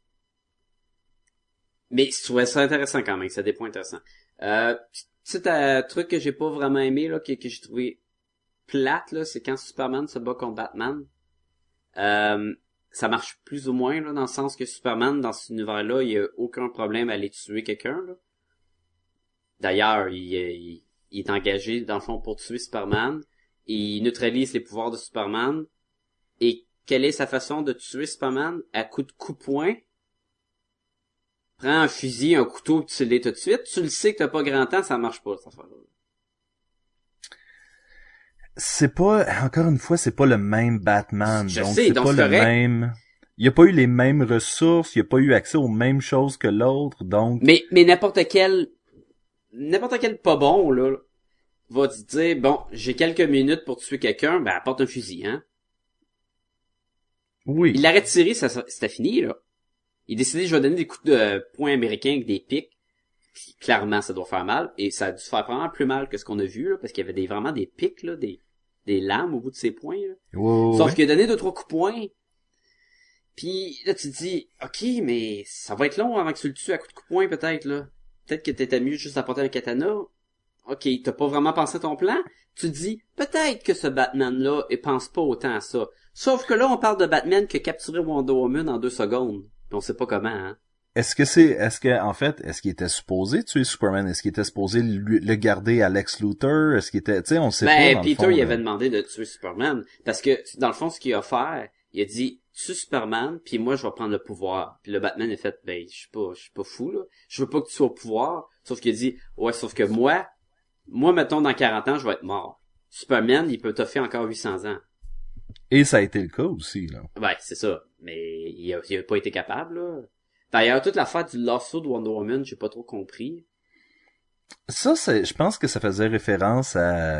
je trouvais ça intéressant quand même, c'est des points intéressants. C'est un truc que j'ai pas vraiment aimé, là, que j'ai trouvé plate, là, c'est quand Superman se bat contre Batman. Ça marche plus ou moins, là, dans le sens que Superman, dans cet univers-là, il a aucun problème à aller tuer quelqu'un, là. D'ailleurs, il est engagé, dans le fond, pour tuer Superman. Il neutralise les pouvoirs de Superman. Et quelle est sa façon de tuer Superman? À coup de coup-poing. Prends un fusil, un couteau, tu l'es tout de suite. Tu le sais que t'as pas grand temps, ça marche pas, cette affaire-là. C'est pas, encore une fois, c'est pas le même Batman. Je donc sais, c'est donc pas c'est le correct. même. Il a pas eu les mêmes ressources, il a pas eu accès aux mêmes choses que l'autre, donc. Mais n'importe quel pas bon, là, va te dire, bon, j'ai quelques minutes pour tuer quelqu'un, ben, apporte un fusil, hein. Oui. Il l'arrête de tirer, c'était fini, là. Il a décidé, je vais donner des coups de poing américains avec des pics. Puis, clairement, ça doit faire mal. Et ça a dû faire vraiment plus mal que ce qu'on a vu, là, parce qu'il y avait vraiment des pics, là, des lames au bout de ses poings, là. Ouais, Sauf ouais. qu'il a donné 2-3 coups de poing. Puis là, tu te dis, ok, mais ça va être long avant que tu le tues à coups de coup de poing, peut-être, là. Peut-être que t'étais mieux juste à porter un katana. Ok, t'as pas vraiment pensé à ton plan. Tu te dis, peut-être que ce Batman-là, il pense pas autant à ça. Sauf que là, on parle de Batman qui a capturé Wonder Woman en 2 secondes. Puis on sait pas comment, hein. Est-ce qu'il était supposé tuer Superman? Est-ce qu'il était supposé le garder à Lex Luthor? Est-ce qu'il était, tu sais, on sait pas, dans Peter, le fond, il là. avait demandé de tuer Superman. Parce que, dans le fond, ce qu'il a fait, il a dit, tue Superman, puis moi, je vais prendre le pouvoir. Puis le Batman a fait, ben, je suis pas fou, là. Je veux pas que tu sois au pouvoir. Sauf qu'il a dit, ouais, sauf que moi, mettons, dans 40 ans, je vais être mort. Superman, il peut toffer encore 800 ans. Et ça a été le cas aussi, là. Ouais, c'est ça. Mais il a pas été capable, là. D'ailleurs, toute l'affaire du lasso de Wonder Woman, j'ai pas trop compris. Ça, je pense que ça faisait référence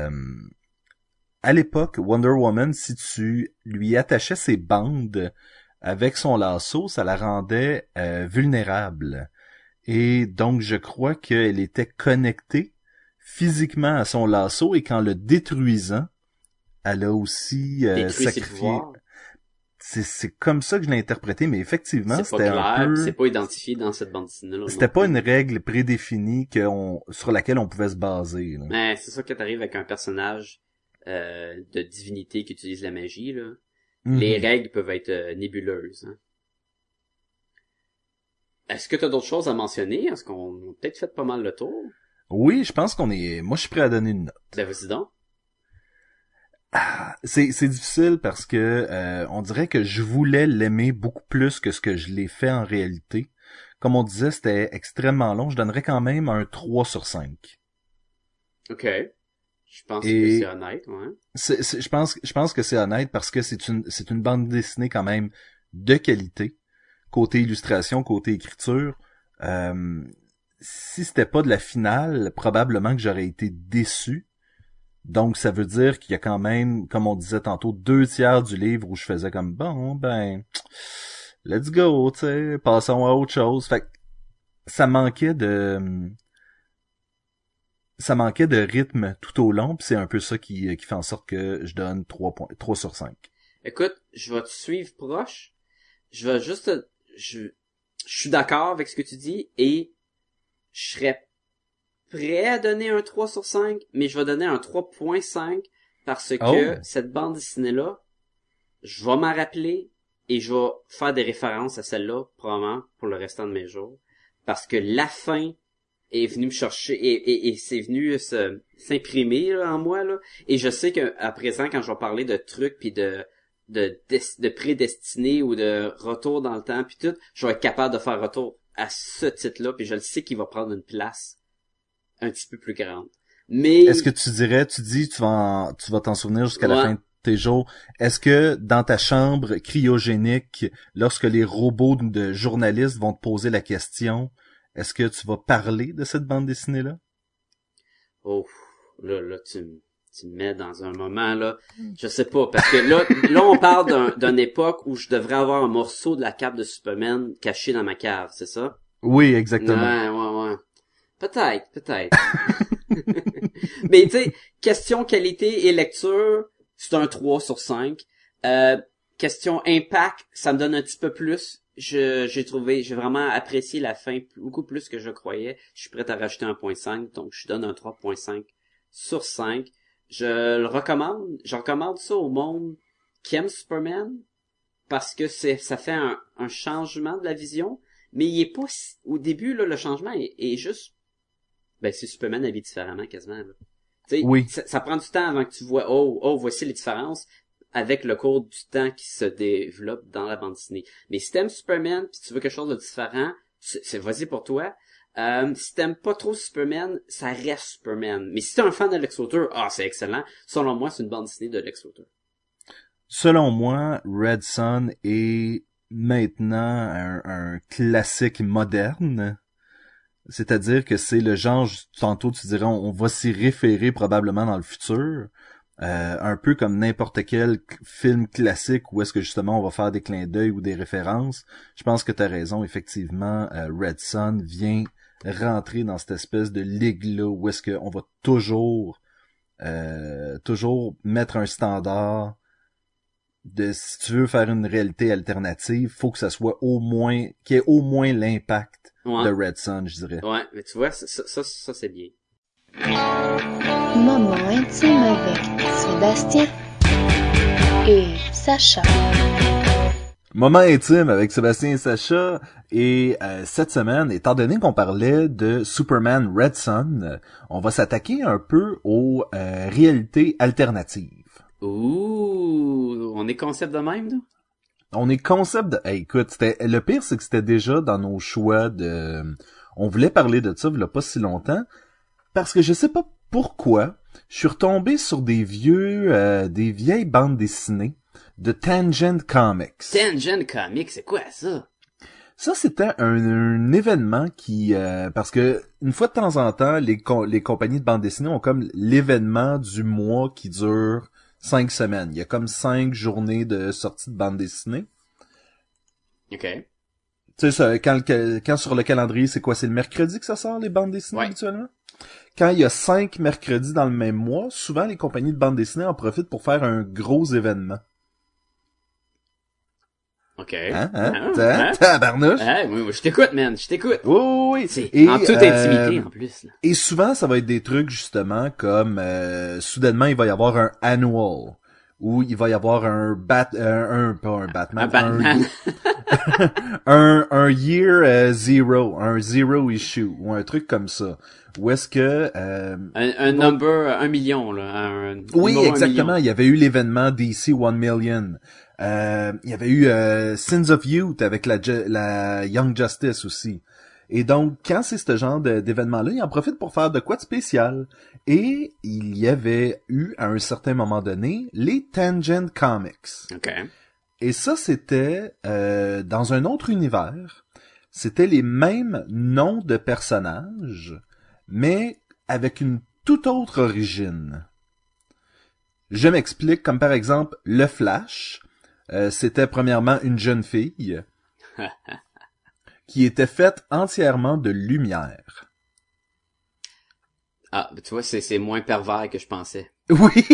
à l'époque, Wonder Woman, si tu lui attachais ses bandes avec son lasso, ça la rendait vulnérable. Et donc, je crois qu'elle était connectée physiquement à son lasso et qu'en le détruisant, elle a aussi Détruit ses sacrifié. pouvoirs. C'est comme ça que je l'ai interprété, mais effectivement, C'est pas c'était un clair, peu. c'est pas identifié dans cette bande dessinée-là. C'était non pas plus. une règle prédéfinie sur laquelle on pouvait se baser. Là. Mais c'est ça que t'arrives avec un personnage de divinité qui utilise la magie, là. Les Mhm. règles peuvent être nébuleuses. Hein. Est-ce que t'as d'autres choses à mentionner? Est-ce qu'on a peut-être fait pas mal le tour? Oui, je pense qu'on est. Moi, je suis prêt à donner une note. Ben vas-y donc. C'est difficile parce que on dirait que je voulais l'aimer beaucoup plus que ce que je l'ai fait en réalité. Comme on disait, c'était extrêmement long. Je donnerais quand même un 3 sur 5. Ok. Je pense que Et c'est honnête, ouais. je pense que c'est honnête parce que c'est une bande dessinée quand même de qualité. Côté illustration, côté écriture. Si c'était pas de la finale, probablement que j'aurais été déçu. Donc, ça veut dire qu'il y a quand même, comme on disait tantôt, 2 tiers du livre où je faisais comme, bon, ben, let's go, tu sais, passons à autre chose. Fait que ça manquait de rythme tout au long, puis c'est un peu ça qui fait en sorte que je donne 3 sur 5. Écoute, je vais te suivre proche. Je vais juste je suis d'accord avec ce que tu dis et je serais prêt à donner un 3 sur 5, mais je vais donner un 3.5 parce que cette bande dessinée-là, je vais m'en rappeler et je vais faire des références à celle-là, probablement, pour le restant de mes jours. Parce que la fin est venue me chercher et c'est venu s'imprimer là, en moi, là. Et je sais qu'à présent, quand je vais parler de trucs puis de prédestiné ou de retour dans le temps puis tout, je vais être capable de faire retour à ce titre-là puis je le sais qu'il va prendre une place un petit peu plus grande. Mais est-ce que tu vas t'en souvenir jusqu'à la fin de tes jours. Est-ce que dans ta chambre cryogénique, lorsque les robots de journalistes vont te poser la question, est-ce que tu vas parler de cette bande dessinée-là? Oh, là, tu me mets dans un moment, là. Je sais pas, parce que là, on parle d'une époque où je devrais avoir un morceau de la cape de Superman caché dans ma cave, c'est ça? Oui, exactement. Ouais. Peut-être. Mais tu sais, question qualité et lecture, c'est un 3 sur 5. Question impact, ça me donne un petit peu plus. J'ai vraiment apprécié la fin beaucoup plus que je croyais. Je suis prêt à rajouter un 1.5, donc je donne un 3.5 sur 5. Je recommande ça au monde qui aime Superman parce que ça fait un changement de la vision, mais il est pas au début là, le changement est juste c'est Superman habille différemment quasiment là. Tu sais, oui. Ça prend du temps avant que tu vois voici les différences avec le cours du temps qui se développe dans la bande dessinée. Mais si t'aimes Superman pis tu veux quelque chose de différent, c'est vas-y pour toi. Si t'aimes pas trop Superman, ça reste Superman. Mais si t'es un fan de Lex Luthor, c'est excellent. Selon moi, c'est une bande dessinée de Lex Luthor. Selon moi, Red Son est maintenant un classique moderne. C'est-à-dire que c'est le genre, tantôt tu dirais, on va s'y référer probablement dans le futur. Un peu comme n'importe quel film classique où est-ce que justement on va faire des clins d'œil ou des références. Je pense que t'as raison, effectivement, Red Son vient rentrer dans cette espèce de ligue-là où est-ce qu'on va toujours mettre un standard de si tu veux faire une réalité alternative, faut que ça soit qu'il y ait au moins l'impact de Red Son, je dirais. Ouais, mais tu vois, ça c'est bien. Moment intime avec Sébastien et Sacha. Moment intime avec Sébastien et Sacha. Et cette semaine, étant donné qu'on parlait de Superman Red Son, on va s'attaquer un peu aux réalités alternatives. Ouh, on est concept de même, là? On est concept de... Hey, écoute, le pire, c'est que c'était déjà dans nos choix de... On voulait parler de ça il y a pas si longtemps, parce que je sais pas pourquoi, je suis retombé sur des vieilles bandes dessinées de Tangent Comics. Tangent Comics, c'est quoi ça? Ça, c'était un événement qui... parce que une fois de temps en temps, les compagnies de bandes dessinées ont comme l'événement du mois qui dure 5 semaines. Il y a comme 5 journées de sortie de bande dessinée. OK. Tu sais, quand sur le calendrier, c'est quoi? C'est le mercredi que ça sort, les bandes dessinées, habituellement? Quand il y a 5 mercredis dans le même mois, souvent les compagnies de bande dessinée en profitent pour faire un gros événement. OK. Tabarnouche? Oui, je t'écoute, man, je t'écoute. Oui. Et en toute intimité, en plus. Là. Et souvent, ça va être des trucs, justement, comme soudainement, il va y avoir un annual, ou il va y avoir pas un Batman. Un Batman. un year zero, un zero issue, ou un truc comme ça. Où est-ce que... un number, 1 million, là. Oui, exactement. Il y avait eu l'événement DC 1 million. Il y avait eu Sins of Youth avec la Young Justice aussi. Et donc, quand c'est ce genre d'événement-là, ils en profitent pour faire de quoi de spécial. Et il y avait eu, à un certain moment donné, les Tangent Comics. OK. Et ça, c'était dans un autre univers. C'était les mêmes noms de personnages, mais avec une toute autre origine. Je m'explique, comme par exemple, le Flash... c'était premièrement une jeune fille qui était faite entièrement de lumière. Ah, tu vois, c'est moins pervers que je pensais. Oui.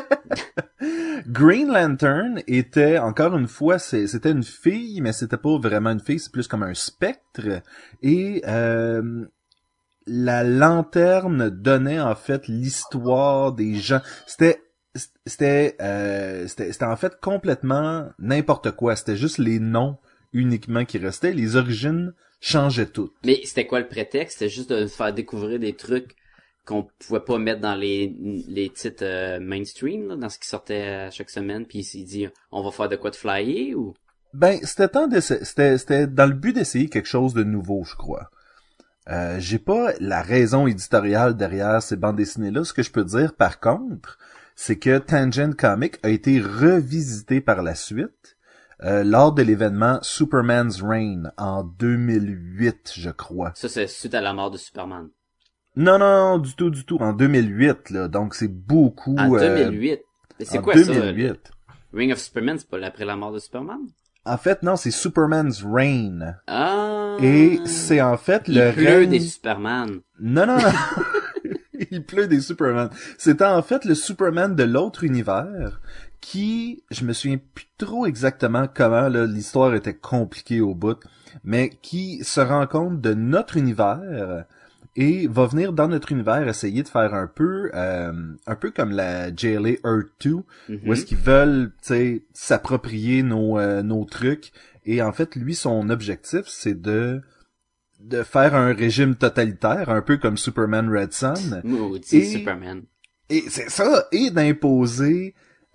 Green Lantern était, encore une fois, c'était une fille, mais c'était pas vraiment une fille, c'est plus comme un spectre. Et la lanterne donnait en fait l'histoire des gens. C'était en fait complètement n'importe quoi. C'était juste les noms uniquement qui restaient. Les origines changeaient toutes. Mais c'était quoi le prétexte? C'était juste de faire découvrir des trucs qu'on pouvait pas mettre dans les titres mainstream, là, dans ce qui sortait chaque semaine, puis il s'est dit on va faire de quoi de flyer ou? Ben, c'était dans le but d'essayer quelque chose de nouveau, je crois. J'ai pas la raison éditoriale derrière ces bandes dessinées-là. Ce que je peux dire, par contre, c'est que Tangent Comic a été revisité par la suite lors de l'événement Superman's Reign en 2008, je crois. Ça, c'est suite à la mort de Superman. Non, du tout. En 2008, là. Donc, c'est beaucoup... En 2008? Mais c'est quoi 2008. ça? Ring of Superman, c'est pas après la mort de Superman? En fait, non, c'est Superman's Reign. Ah! Et c'est en fait Il le pleut règne... des Superman. Non. Il pleut des Superman. C'était en fait le Superman de l'autre univers qui, je me souviens plus trop exactement comment, là, l'histoire était compliquée au bout, mais qui se rend compte de notre univers et va venir dans notre univers essayer de faire un peu comme la JLA Earth 2, où est-ce qu'ils veulent, tu sais, s'approprier nos trucs. Et en fait, lui, son objectif, c'est de faire un régime totalitaire, un peu comme Superman Red Son. Maudit Superman. Et c'est ça, et d'imposer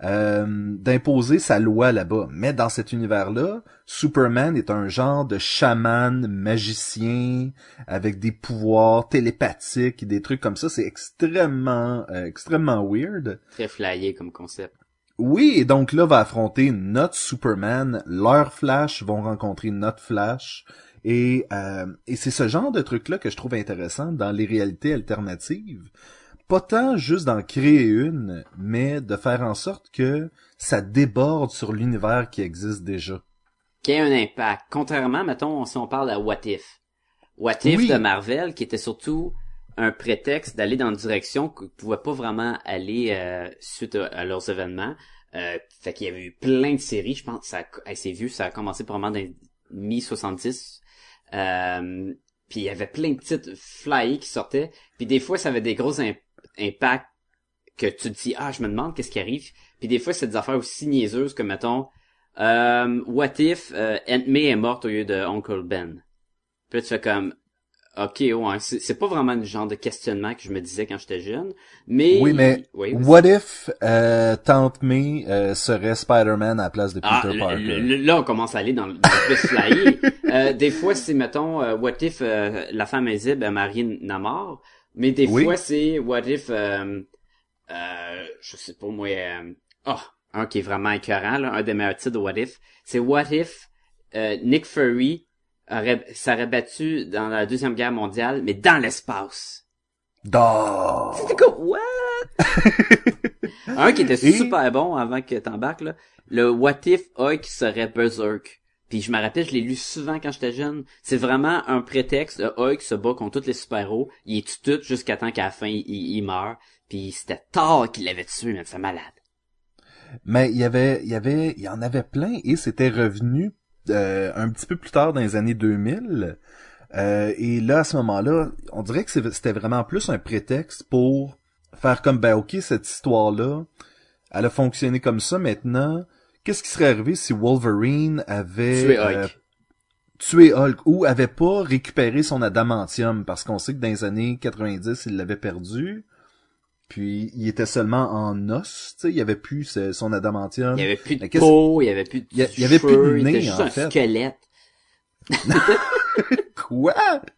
sa loi là-bas. Mais dans cet univers-là, Superman est un genre de chaman magicien avec des pouvoirs télépathiques et des trucs comme ça. C'est extrêmement weird. Très flyé comme concept. Oui, et donc là va affronter notre Superman, leur Flash vont rencontrer notre Flash. Et c'est ce genre de truc-là que je trouve intéressant dans les réalités alternatives. Pas tant juste d'en créer une, mais de faire en sorte que ça déborde sur l'univers qui existe déjà. Qui a un impact. Contrairement, mettons, si on parle à What If. What If Oui. de Marvel, qui était surtout un prétexte d'aller dans une direction qu'ils pouvaient pas vraiment aller suite à leurs événements. Fait qu'il y avait eu plein de séries, je pense, c'est vieux, ça a commencé probablement dans les mi-70. Puis il y avait plein de titres flyés qui sortaient. Puis des fois, ça avait des gros impacts que tu te dis, je me demande qu'est-ce qui arrive. Puis des fois, c'est des affaires aussi niaiseuses que, mettons, What If Aunt May est morte au lieu de Uncle Ben. Puis là, tu fais comme, ok, ouais, c'est pas vraiment le genre de questionnement que je me disais quand j'étais jeune, mais... Oui, mais oui, what if Tante May serait Spider-Man à la place de Peter Parker? Là, on commence à aller dans le plus flyé. Des fois, c'est, mettons, what if la femme invisible a marié Namor, mais des fois, c'est what if... je sais pas, moi... un qui est vraiment écœurant, là, un des meilleurs titres de what if, c'est what if Nick Fury s'aurait battu dans la Deuxième Guerre mondiale, mais dans l'espace. C'était comme, what? Un qui était super bon avant que t'embarques, là. Le What If Hulk serait Berserk. Puis je me rappelle, je l'ai lu souvent quand j'étais jeune. C'est vraiment un prétexte. Le Hulk se bat contre tous les super-héros. Il est tout jusqu'à temps qu'à la fin, il meurt. Puis c'était Thor qui l'avait tué, mais c'est malade. Mais il y en avait plein et c'était revenu un petit peu plus tard dans les années 2000. Et là, à ce moment-là, on dirait que c'était vraiment plus un prétexte pour faire comme, ok, cette histoire-là, elle a fonctionné comme ça. Maintenant, qu'est-ce qui serait arrivé si Wolverine avait tué Hulk ou avait pas récupéré son adamantium? Parce qu'on sait que dans les années 90, il l'avait perdu. Puis, il était seulement en os, tu sais, il y avait plus son adamantium. Il y avait plus de peau, il y avait plus de il y avait plus de nez, il était juste en un fait. squelette. Quoi?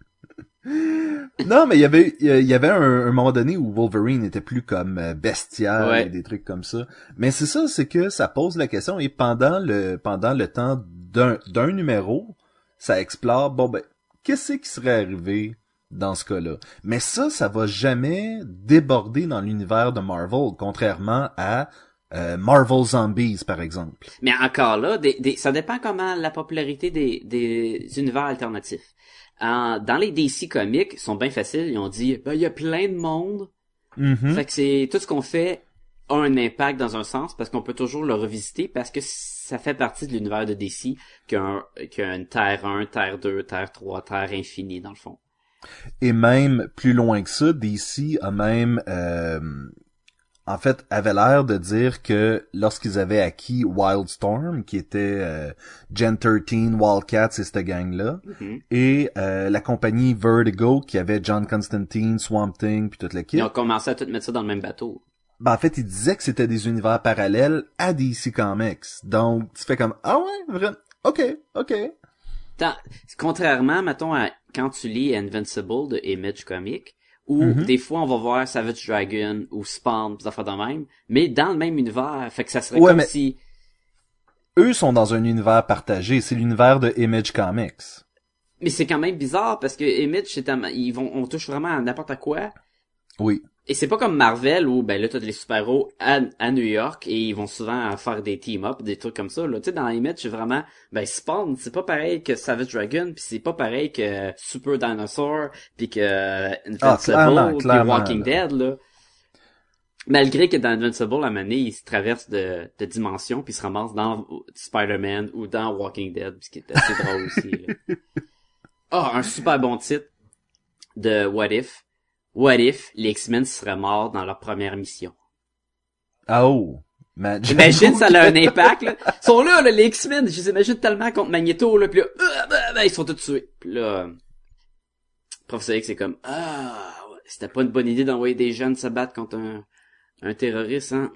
Non, mais il y avait un moment donné où Wolverine était plus comme bestial et des trucs comme ça. Mais c'est ça, c'est que ça pose la question et pendant le temps d'un numéro, ça explore, qu'est-ce qui serait arrivé dans ce cas-là? Mais ça va jamais déborder dans l'univers de Marvel, contrairement à Marvel Zombies, par exemple. Mais encore là, ça dépend comment la popularité des univers alternatifs. Dans les DC Comics, ils sont bien faciles, ils ont dit, il y a plein de monde. Mm-hmm. Fait que c'est, tout ce qu'on fait a un impact dans un sens, parce qu'on peut toujours le revisiter, parce que ça fait partie de l'univers de DC, qu'il y a une Terre 1, Terre 2, Terre 3, Terre infinie, dans le fond. Et même plus loin que ça, DC a même en fait avait l'air de dire que lorsqu'ils avaient acquis Wildstorm, qui était Gen 13, Wildcats et cette gang-là, et la compagnie Vertigo qui avait John Constantine, Swamp Thing puis toute l'équipe. Ils ont commencé à tout mettre ça dans le même bateau. Ben, en fait, ils disaient que c'était des univers parallèles à DC Comics. Donc, tu fais comme, ah ouais, vraiment, ok. Contrairement, mettons, à quand tu lis Invincible de Image Comics, où des fois on va voir Savage Dragon ou Spawn, pis affaires de même, mais dans le même univers, fait que ça serait comme si... Eux sont dans un univers partagé, c'est l'univers de Image Comics. Mais c'est quand même bizarre, parce que Image, on touche vraiment à n'importe quoi. Oui. Et c'est pas comme Marvel où, ben là, t'as des super-héros à New York et ils vont souvent faire des team-up, des trucs comme ça, là. Tu sais, dans Image, c'est vraiment, ben, Spawn, c'est pas pareil que Savage Dragon, pis c'est pas pareil que Super Dinosaur, pis que Invincible, pis Walking Dead, là. Malgré que dans Invincible, à un moment donné, ils se traversent de dimensions pis ils se ramassent dans Spider-Man ou dans Walking Dead, ce qui est assez drôle aussi, là. Un super bon titre de What If. What if les X-Men seraient morts dans leur première mission? Oh! Imagine, ça a un impact, là. Ils sont là, les X-Men, je les imagine tellement contre Magneto, là, pis là, ils sont tous tués. Pis là, Professeur X, c'est comme, c'était pas une bonne idée d'envoyer des jeunes se battre contre un terroriste, hein?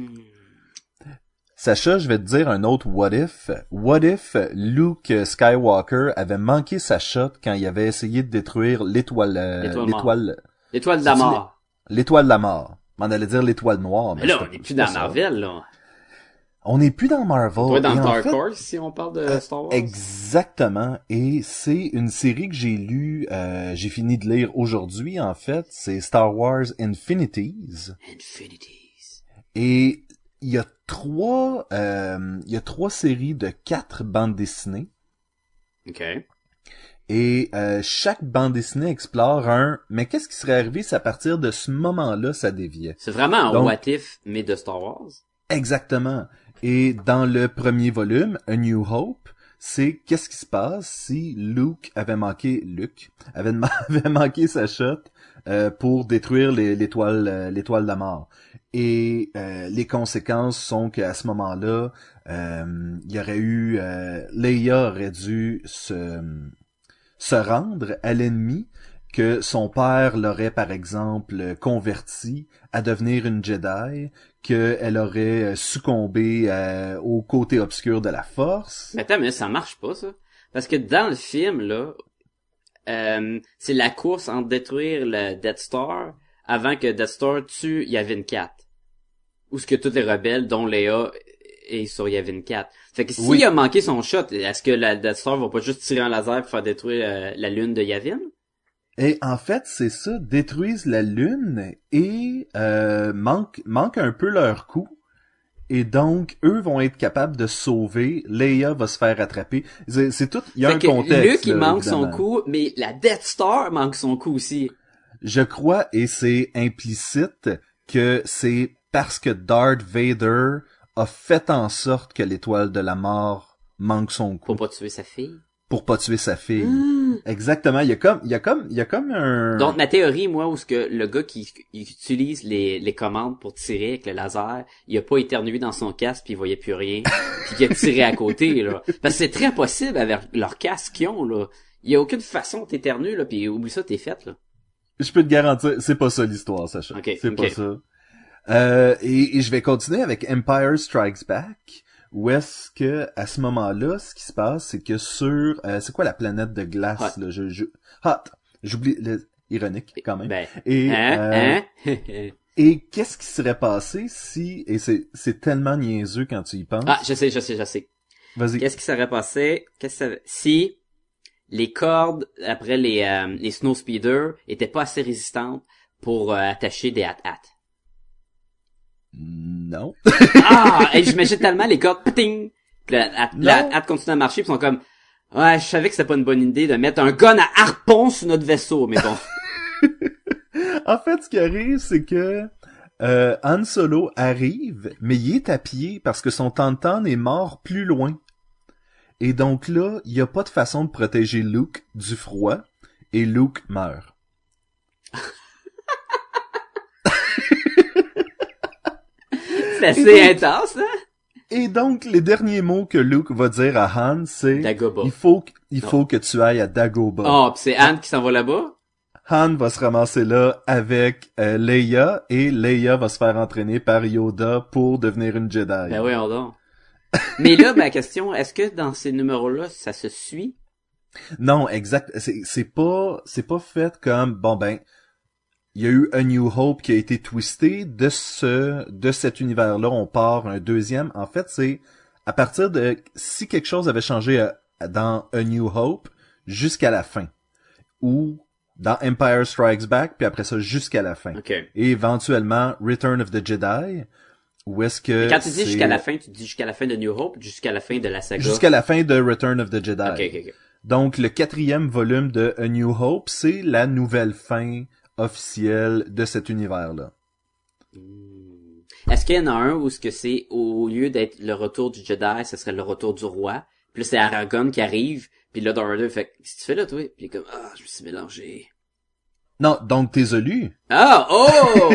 Sacha, je vais te dire un autre what if. What if Luke Skywalker avait manqué sa shot quand il avait essayé de détruire l'étoile de la mort. L'étoile de la mort. On allait dire l'étoile noire. Mais là, on n'est plus dans Marvel, là. On n'est plus dans Marvel. On est dans Dark Horse, si on parle de Star Wars. Exactement. Et c'est une série que j'ai lue, j'ai fini de lire aujourd'hui, en fait. C'est Star Wars Infinities. Et il y a trois séries de 4 bandes dessinées. OK. Et chaque bande dessinée explore mais qu'est-ce qui serait arrivé si à partir de ce moment-là, ça déviait? C'est vraiment un what if, mais de Star Wars? Exactement. Et dans le premier volume, A New Hope, c'est qu'est-ce qui se passe si Luke avait manqué sa shot pour détruire l'étoile de la mort. Et les conséquences sont qu'à ce moment-là, il y aurait eu Leia aurait dû se rendre à l'ennemi, que son père l'aurait par exemple converti à devenir une Jedi, qu'elle aurait succombé au côté obscur de la Force. Mais attends, mais ça marche pas, ça. Parce que dans le film, là, c'est la course entre détruire le Death Star avant que Death Star tue Yavin 4. Ou ce que tous les rebelles, dont Leia, est sur Yavin 4. Fait que s'il a manqué son shot, est-ce que la Death Star va pas juste tirer un laser pour faire détruire la lune de Yavin? Et en fait, c'est ça, détruisent la lune et manquent un peu leur coup. Et donc, eux vont être capables de sauver. Leia va se faire attraper. C'est tout, il y a un contexte. Luke, il manque son coup, mais la Death Star manque son coup aussi. Je crois, et c'est implicite, que c'est parce que Darth Vader a fait en sorte que l'étoile de la mort manque son coup. Pour pas tuer sa fille. Exactement. Il y a comme un... Donc, ma théorie, moi, où ce que le gars qui utilise les commandes pour tirer avec le laser, il a pas éternué dans son casque puis il voyait plus rien, puis il a tiré à côté, là. Parce que c'est très possible avec leur casque qu'ils ont, là. Il y a aucune façon d'éternuer, là, puis oublie ça, t'es faite, là. Je peux te garantir, c'est pas ça l'histoire, Sacha. C'est pas ça. Et je vais continuer avec Empire Strikes Back, où est-ce que à ce moment-là, ce qui se passe, c'est que sur c'est quoi la planète de glace là, Hot. J'oublie ironique quand même. Ben, et qu'est-ce qui serait passé si c'est tellement niaiseux quand tu y penses. Ah, je sais. Vas-y. Qu'est-ce qui serait passé si les cordes après les snow speeders étaient pas assez résistantes pour attacher des hat-hats? Non. Et j'imagine tellement les cordes, pting, la hâte continue à marcher, pis ils sont comme, ouais, je savais que c'était pas une bonne idée de mettre un gun à harpon sur notre vaisseau, mais bon. En fait, ce qui arrive, c'est que Han Solo arrive, mais il est à pied parce que son Tauntaun est mort plus loin. Et donc là, il y a pas de façon de protéger Luke du froid. et Luke meurt. C'est assez intense, hein? Et donc, les derniers mots que Luke va dire à Han, c'est... Dagobah. Il faut que tu ailles à Dagobah. Oh, pis c'est Anne qui s'en va là-bas? Han va se ramasser là avec Leia, et Leia va se faire entraîner par Yoda pour devenir une Jedi. Ben oui, donc. Mais là, ma question, est-ce que dans ces numéros-là, ça se suit? Non, exact. C'est pas fait comme, bon ben, il y a eu A New Hope qui a été twisté de cet univers-là, on part un deuxième. En fait, c'est à partir de si quelque chose avait changé dans A New Hope jusqu'à la fin, ou dans Empire Strikes Back, puis après ça jusqu'à la fin. OK. Et éventuellement Return of the Jedi, où est-ce que Mais quand tu dis jusqu'à la fin, tu dis jusqu'à la fin de New Hope, jusqu'à la fin de la saga. jusqu'à la fin de Return of the Jedi. OK. Donc, le 4e volume de A New Hope, c'est la nouvelle fin officielle de cet univers-là. Est-ce qu'il y en a un où ce que c'est, au lieu d'être le retour du Jedi, ce serait le retour du roi? Puis là, c'est Aragorn qui arrive, puis là, Darth Vader fait, qu'est-ce que tu fais là, toi? Puis il est comme, je me suis mélangé. Non, donc t'es élus. Ah, oh,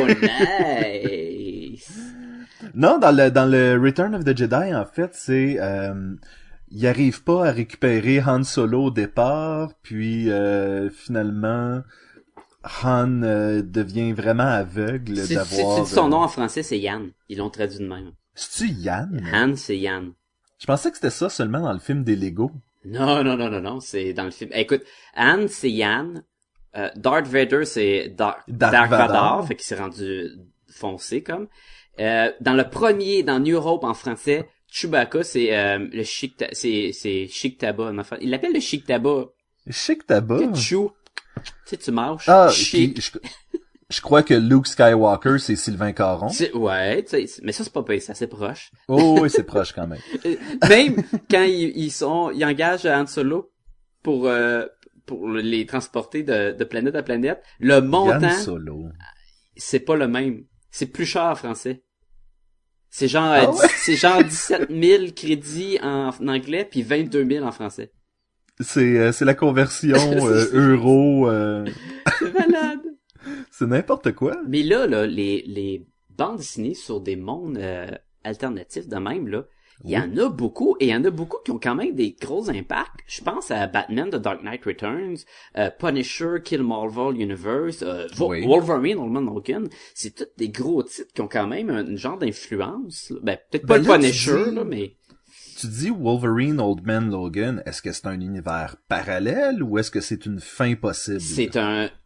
nice! Non, dans le Return of the Jedi, en fait, c'est... il arrive pas à récupérer Han Solo au départ, puis finalement... Han devient vraiment aveugle d'avoir... Si tu dis son nom en français, c'est Yann. Ils l'ont traduit de même. C'est-tu Yann? Han, c'est Yann. Je pensais que c'était ça seulement dans le film des Lego. Non, c'est dans le film. Écoute, Han, c'est Yann. Darth Vader, c'est Darth Vador, fait qu'il s'est rendu foncé, comme. Dans le premier, dans New Hope en français, Chewbacca, c'est le c'est Chic Tabac. Il l'appelle le Chic Tabac. Chic Tabac? Chew. Tu sais, tu mâches. Ah, Chic. Je crois que Luke Skywalker, c'est Sylvain Caron. Ouais, tu sais, mais ça, c'est pas pire, c'est assez proche. Oh, oui, c'est proche quand même. Même quand ils engagent Han Solo pour les transporter de planète à planète, le montant, Solo. c'est pas le même. C'est plus cher en français. C'est genre, c'est genre 17 000 crédits en anglais puis 22 000 en français. C'est la conversion euro. C'est malade. C'est n'importe quoi. Mais là, les bandes dessinées sur des mondes alternatifs de même, là, il y en a beaucoup, et il y en a beaucoup qui ont quand même des gros impacts. Je pense à Batman The Dark Knight Returns, Punisher, Kill Marvel Universe, Wolverine, Norman Logan. C'est tous des gros titres qui ont quand même un genre d'influence. Ben, peut-être pas le Punisher, là, mais... Tu dis Wolverine Old Man Logan, est-ce que c'est un univers parallèle ou est-ce que c'est une fin possible? C'est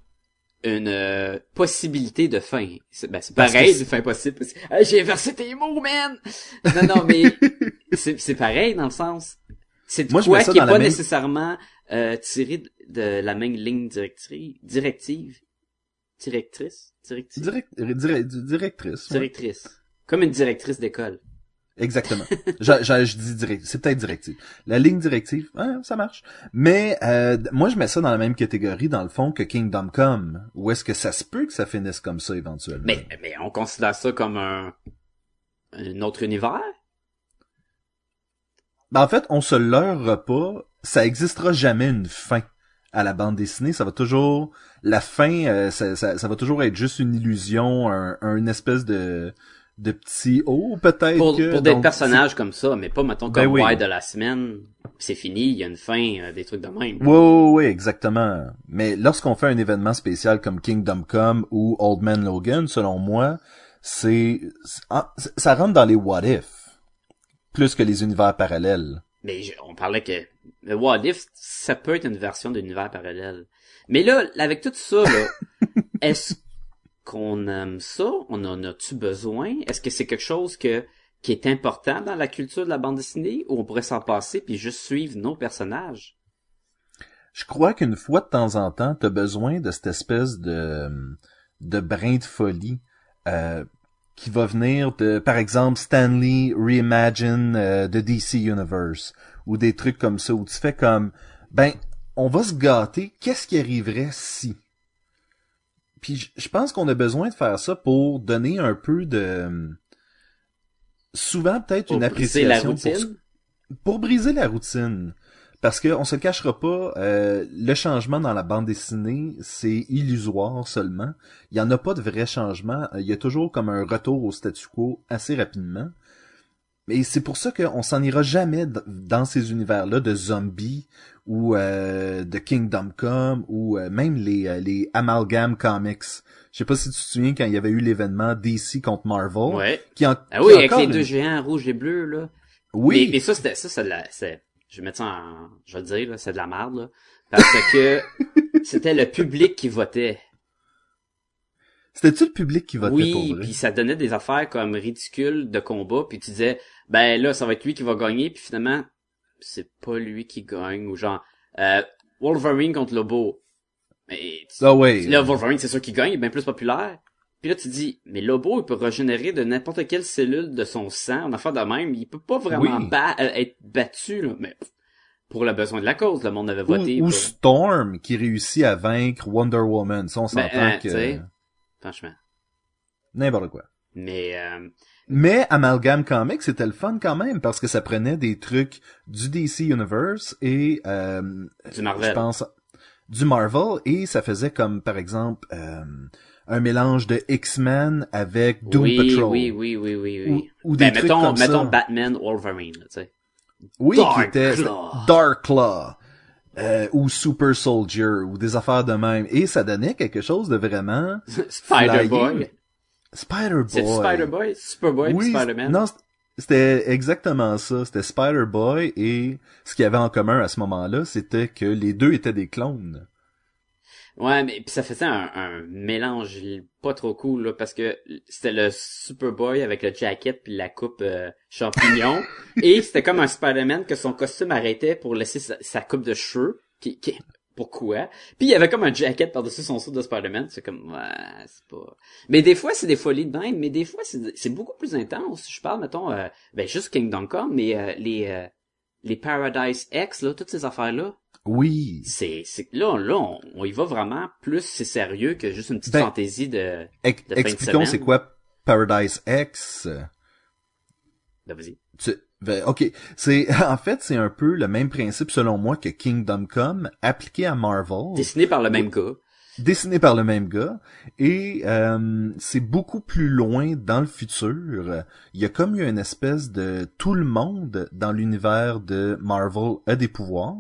une possibilité de fin. C'est pareil, une fin possible. Hey, j'ai inversé tes mots, man! Non, mais c'est pareil dans le sens. C'est de quoi qui est pas nécessairement tiré de la même ligne directrice. Comme une directrice d'école. Exactement. Je dis direct, c'est peut-être directive. La ligne directive, ça marche. Mais moi je mets ça dans la même catégorie dans le fond que Kingdom Come, où est-ce que ça se peut que ça finisse comme ça éventuellement. Mais on considère ça comme un autre univers? Ben, en fait, on se leurra pas, ça existera jamais une fin à la bande dessinée, ça va toujours la fin ça va toujours être juste une illusion, un espèce de petits peut-être pour que... des personnages comme ça, mais pas, mettons, comme oui. de la semaine, c'est fini, il y a une fin, des trucs de même. Oui, exactement. Mais lorsqu'on fait un événement spécial comme Kingdom Come ou Old Man Logan, selon moi, ça rentre dans les what if, plus que les univers parallèles. Mais on parlait que le what if, ça peut être une version d'univers parallèle. Mais là, avec tout ça, là, est-ce qu'on aime ça? On en a-tu besoin? Est-ce que c'est quelque chose qui est important dans la culture de la bande dessinée, ou on pourrait s'en passer puis juste suivre nos personnages? Je crois qu'une fois de temps en temps, t'as besoin de cette espèce de brin de folie qui va venir de, par exemple, Stan Lee Reimagine de DC Universe, ou des trucs comme ça, où tu fais comme, on va se gâter, qu'est-ce qui arriverait si? Puis je pense qu'on a besoin de faire ça pour donner un peu de... Souvent peut-être une appréciation... Pour briser la routine? Pour briser la routine. Parce que on se le cachera pas, le changement dans la bande dessinée, c'est illusoire seulement. Il y en a pas de vrai changement. Il y a toujours comme un retour au statu quo assez rapidement. Et c'est pour ça qu'on s'en ira jamais dans ces univers-là de zombies ou de Kingdom Come ou même les Amalgam Comics. Je sais pas si tu te souviens quand il y avait eu l'événement DC contre Marvel. Ouais. Qui Oui, avec les deux géants rouges et bleus, là. Oui. Mais ça, je vais mettre ça je vais le dire, là, c'est de la merde, là. Parce que c'était le public qui votait. C'était-tu le public qui votait pour Oui, vrai? puis ça donnait des affaires comme ridicules de combat, puis tu disais, ben là, ça va être lui qui va gagner, puis finalement, c'est pas lui qui gagne, ou genre, Wolverine contre Lobo. Mais, Ouais. là, Wolverine, c'est sûr qu'il gagne, il est bien plus populaire. Puis là, tu dis, mais Lobo, il peut régénérer de n'importe quelle cellule de son sang, en affaire de même, il peut pas vraiment être battu, là, mais pour le besoin de la cause, le monde avait voté. Ou Storm, qui réussit à vaincre Wonder Woman. Ça, on s'entend que... T'sais, franchement. N'importe quoi. Mais Amalgam Comics, c'était le fun quand même, parce que ça prenait des trucs du DC Universe et... du Marvel. Je pense... Du Marvel, et ça faisait comme, par exemple... un mélange de X-Men avec Doom Patrol. Oui. Ou des trucs comme ça. Mettons Batman, Wolverine, tu sais. Oui, Dark qui était Claw. Dark Claw. Ou Super Soldier, ou des affaires de même. Et ça donnait quelque chose de vraiment... Spider-Boy. Spider-Boy. C'est Spider-Boy? Superboy oui, et Spider-Man? Non, c'était exactement ça. C'était Spider-Boy, et ce qu'il y avait en commun à ce moment-là, c'était que les deux étaient des clones. Ouais, mais pis ça faisait un mélange pas trop cool, là, parce que c'était le Superboy avec le jacket puis la coupe champignon, et c'était comme un Spider-Man que son costume arrêtait pour laisser sa coupe de cheveux, pourquoi? Puis il y avait comme un jacket par-dessus son suit de Spider-Man, c'est comme, ouais, c'est pas... Mais des fois, c'est des folies de même, mais des fois, c'est beaucoup plus intense. Je parle, mettons, juste Kingdom Come, mais les Paradise X, là, toutes ces affaires-là, oui. Là, on y va vraiment plus, c'est sérieux que juste une petite fantaisie de fin de expliquons semaine. c'est quoi Paradise X. Ben, vas-y. Ok. En fait, c'est un peu le même principe, selon moi, que Kingdom Come, appliqué à Marvel. Dessiné par le même gars. Dessiné par le même gars. Et, c'est beaucoup plus loin dans le futur. Il y a comme eu une espèce de tout le monde dans l'univers de Marvel a des pouvoirs.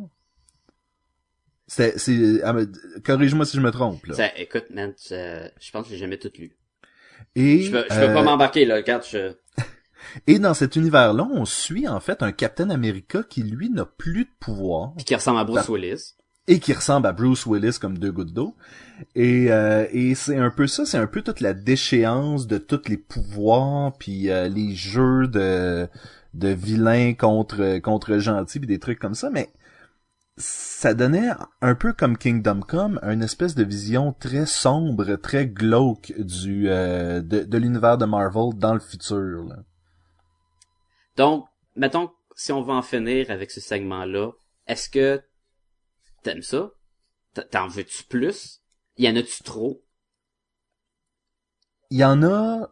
Corrige-moi si je me trompe, là. Écoute, man, je pense que j'ai jamais tout lu. Et, je peux pas m'embarquer, là, regarde, Et dans cet univers-là, on suit, en fait, un Captain America qui, lui, n'a plus de pouvoir. Puis qui ressemble à Bruce Willis. Et qui ressemble à Bruce Willis comme deux gouttes d'eau. Et c'est un peu ça, c'est un peu toute la déchéance de tous les pouvoirs, puis les jeux de vilains contre gentils, puis des trucs comme ça, mais ça donnait un peu comme Kingdom Come, une espèce de vision très sombre, très glauque de l'univers de Marvel dans le futur, là. Donc, mettons, si on va en finir avec ce segment-là, est-ce que t'aimes ça? T'en veux-tu plus? Y en a-tu trop? Il y en a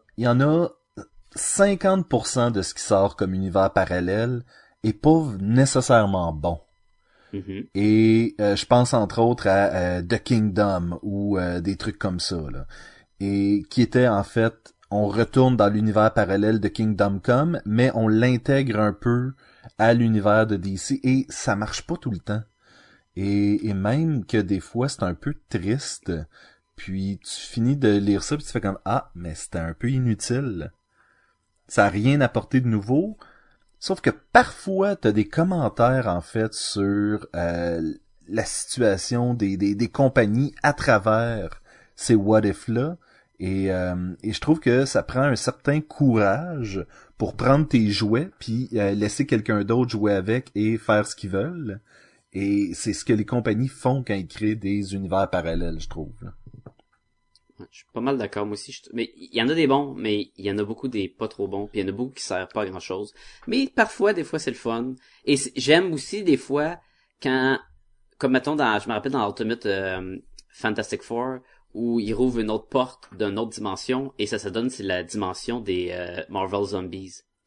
50% de ce qui sort comme univers parallèle est pas nécessairement bon. Mm-hmm. Et je pense entre autres à The Kingdom ou des trucs comme ça, là. Et qui était en fait, on retourne dans l'univers parallèle de Kingdom Come, mais on l'intègre un peu à l'univers de DC, et ça marche pas tout le temps. Et même que des fois c'est un peu triste, puis tu finis de lire ça puis tu fais comme mais c'était un peu inutile. Ça a rien apporté de nouveau. Sauf que parfois, t'as des commentaires, en fait, sur la situation des compagnies à travers ces what-if-là. Et je trouve que ça prend un certain courage pour prendre tes jouets puis laisser quelqu'un d'autre jouer avec et faire ce qu'ils veulent. Et c'est ce que les compagnies font quand ils créent des univers parallèles, je trouve, là. Je suis pas mal d'accord, moi aussi. Mais il y en a des bons, mais il y en a beaucoup des pas trop bons, puis il y en a beaucoup qui servent pas à grand chose. Mais parfois, des fois, c'est le fun. Et j'aime aussi des fois quand, comme mettons je me rappelle dans Ultimate Fantastic Four, où il rouvre une autre porte d'une autre dimension, et ça donne, c'est la dimension des Marvel Zombies.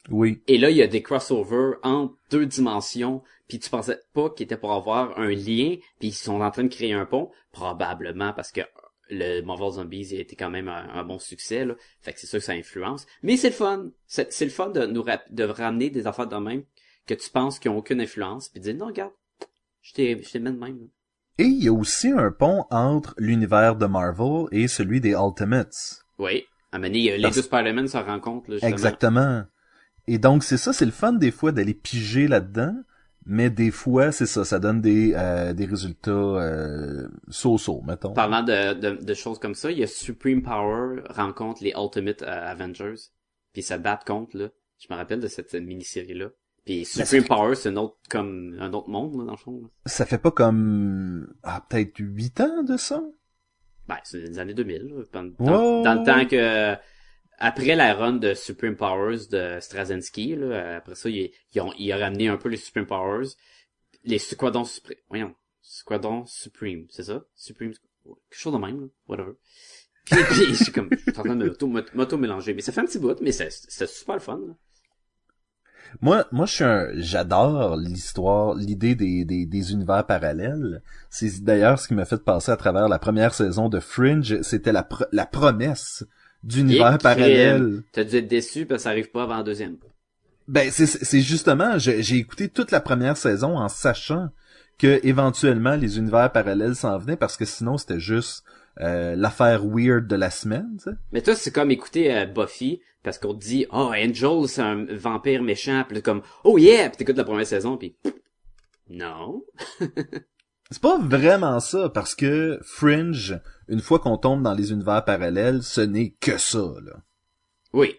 Oui. Et là, il y a des crossovers entre deux dimensions, puis tu pensais pas qu'ils étaient pour avoir un lien, puis ils sont en train de créer un pont, probablement parce que le Marvel Zombies a été quand même un bon succès, là. Fait que c'est sûr que ça influence. Mais c'est le fun. C'est le fun de de ramener des affaires de même que tu penses qu'ils ont aucune influence, puis de dire, non, regarde, je t'ai mis de même, là. Et il y a aussi un pont entre l'univers de Marvel et celui des Ultimates. Oui. À un moment donné, les deux Spider-Man se rencontrent, là, justement. Exactement. Et donc, c'est ça, c'est le fun des fois d'aller piger là-dedans, mais des fois, c'est ça donne des résultats so-so, mettons. Parlant de choses comme ça, il y a Supreme Power rencontre les Ultimate Avengers, puis ça battent contre, là. Je me rappelle de cette mini-série-là. Puis Supreme Power, c'est un autre monde, là, dans le fond. Là. Ça fait pas comme peut-être 8 ans de ça? Ben, c'est les années 2000, là, Wow. dans le temps que après la run de Supreme Powers de Straczynski, là, après ça, il a ramené un peu les Supreme Powers, les Squadrons Supreme, c'est ça? Supreme, quelque chose de même, là, whatever. Puis je suis en train de m'auto-mélanger, mais ça fait un petit bout, mais c'est super le fun, là. Moi, j'adore l'idée des univers parallèles. C'est d'ailleurs ce qui m'a fait passer à travers la première saison de Fringe. C'était la promesse d'univers parallèle. T'as dû être déçu parce que ça arrive pas avant la deuxième. Ben, c'est justement, j'ai écouté toute la première saison en sachant que éventuellement les univers parallèles s'en venaient parce que sinon c'était juste l'affaire weird de la semaine, tu sais. Mais toi, c'est comme écouter Buffy, parce qu'on te dit, oh, Angel, c'est un vampire méchant, pis là, comme, oh yeah, pis t'écoutes la première saison, pis non. C'est pas vraiment ça, parce que Fringe, une fois qu'on tombe dans les univers parallèles, ce n'est que ça, là. Oui.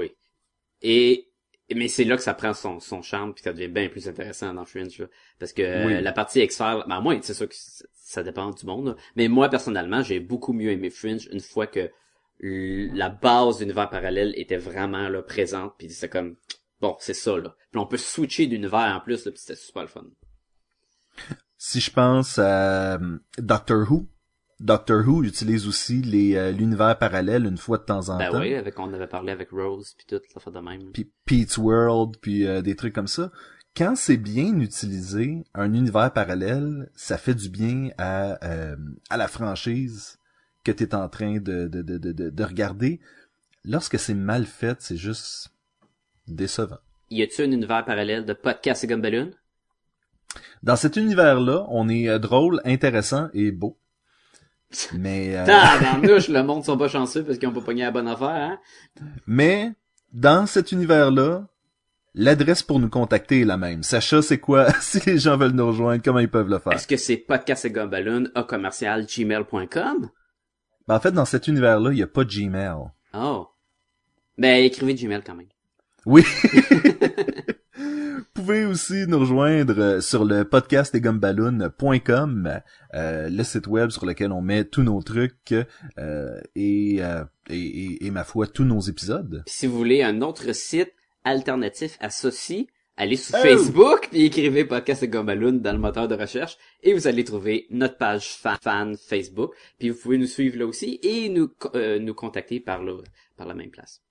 Mais c'est là que ça prend son charme, puis ça devient bien plus intéressant dans Fringe, là. Parce que Oui. la partie X-Files, ben moi, c'est sûr que ça dépend du monde, là. Mais moi, personnellement, j'ai beaucoup mieux aimé Fringe une fois que la base d'univers parallèle était vraiment là présente, puis c'est comme, bon, c'est ça, là. Puis on peut switcher d'univers en plus, là, puis c'était super le fun. Si je pense à Doctor Who utilise aussi l'univers parallèle une fois de temps en temps. Ben oui, on avait parlé avec Rose, puis tout, ça fait de même. Puis Pete's World, puis des trucs comme ça. Quand c'est bien utilisé, un univers parallèle, ça fait du bien à la franchise que t'es en train de regarder. Lorsque c'est mal fait, c'est juste décevant. Y a-tu un univers parallèle de Podcast et Gumballoon? Dans cet univers-là, on est drôle, intéressant et beau. Mais Tabarnouche, le monde sont pas chanceux parce qu'ils ont pas pogné la bonne affaire, hein? mais dans cet univers-là, l'adresse pour nous contacter est la même. Sacha, c'est quoi? Si les gens veulent nous rejoindre, comment ils peuvent le faire? Est-ce que c'est podcastetgumballoon@gmail.com? Ben, en fait, dans cet univers-là, il n'y a pas de Gmail. Oh. Ben, écrivez Gmail quand même. Oui. Vous pouvez aussi nous rejoindre sur le podcastdesgumballoons.com, le site web sur lequel on met tous nos trucs et ma foi, tous nos épisodes. Puis si vous voulez un autre site alternatif à ceci, allez sur Facebook et écrivez Podcast et Gumballoon dans le moteur de recherche et vous allez trouver notre page fan Facebook. Puis vous pouvez nous suivre là aussi et nous contacter par la même place.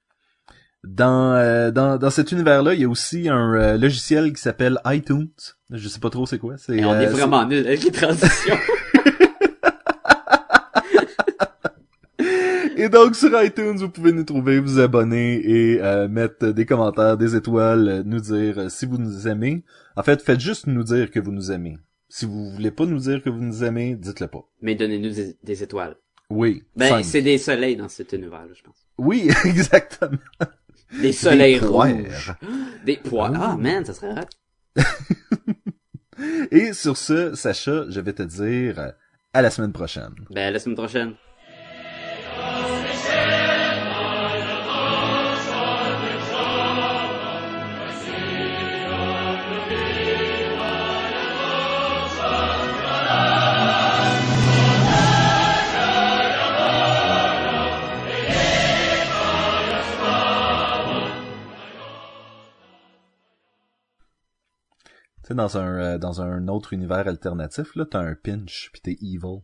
Dans cet univers-là, il y a aussi un logiciel qui s'appelle iTunes. Je sais pas trop c'est quoi. Et on est vraiment nuls avec les transitions. Et donc, sur iTunes, vous pouvez nous trouver, vous abonner et mettre des commentaires, des étoiles, nous dire si vous nous aimez. En fait, faites juste nous dire que vous nous aimez. Si vous voulez pas nous dire que vous nous aimez, dites-le pas. Mais donnez-nous des étoiles. Oui. Ben, 5. c'est des soleils dans cet univers-là, je pense. Oui, exactement. Des soleils Des rouges. Des poires. Ah, man, ça serait hot. Et sur ce, Sacha, je vais te dire à la semaine prochaine. Ben, à la semaine prochaine. Tu sais, dans un autre univers alternatif, là, t'as un pinch, pis t'es evil.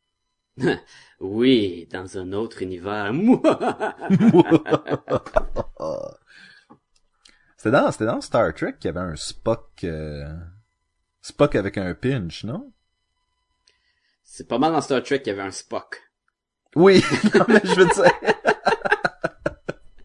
Oui, dans un autre univers. C'était dans Star Trek qu'il y avait un Spock, Spock avec un pinch, non? C'est pas mal dans Star Trek qu'il y avait un Spock. Oui, non, mais je veux dire,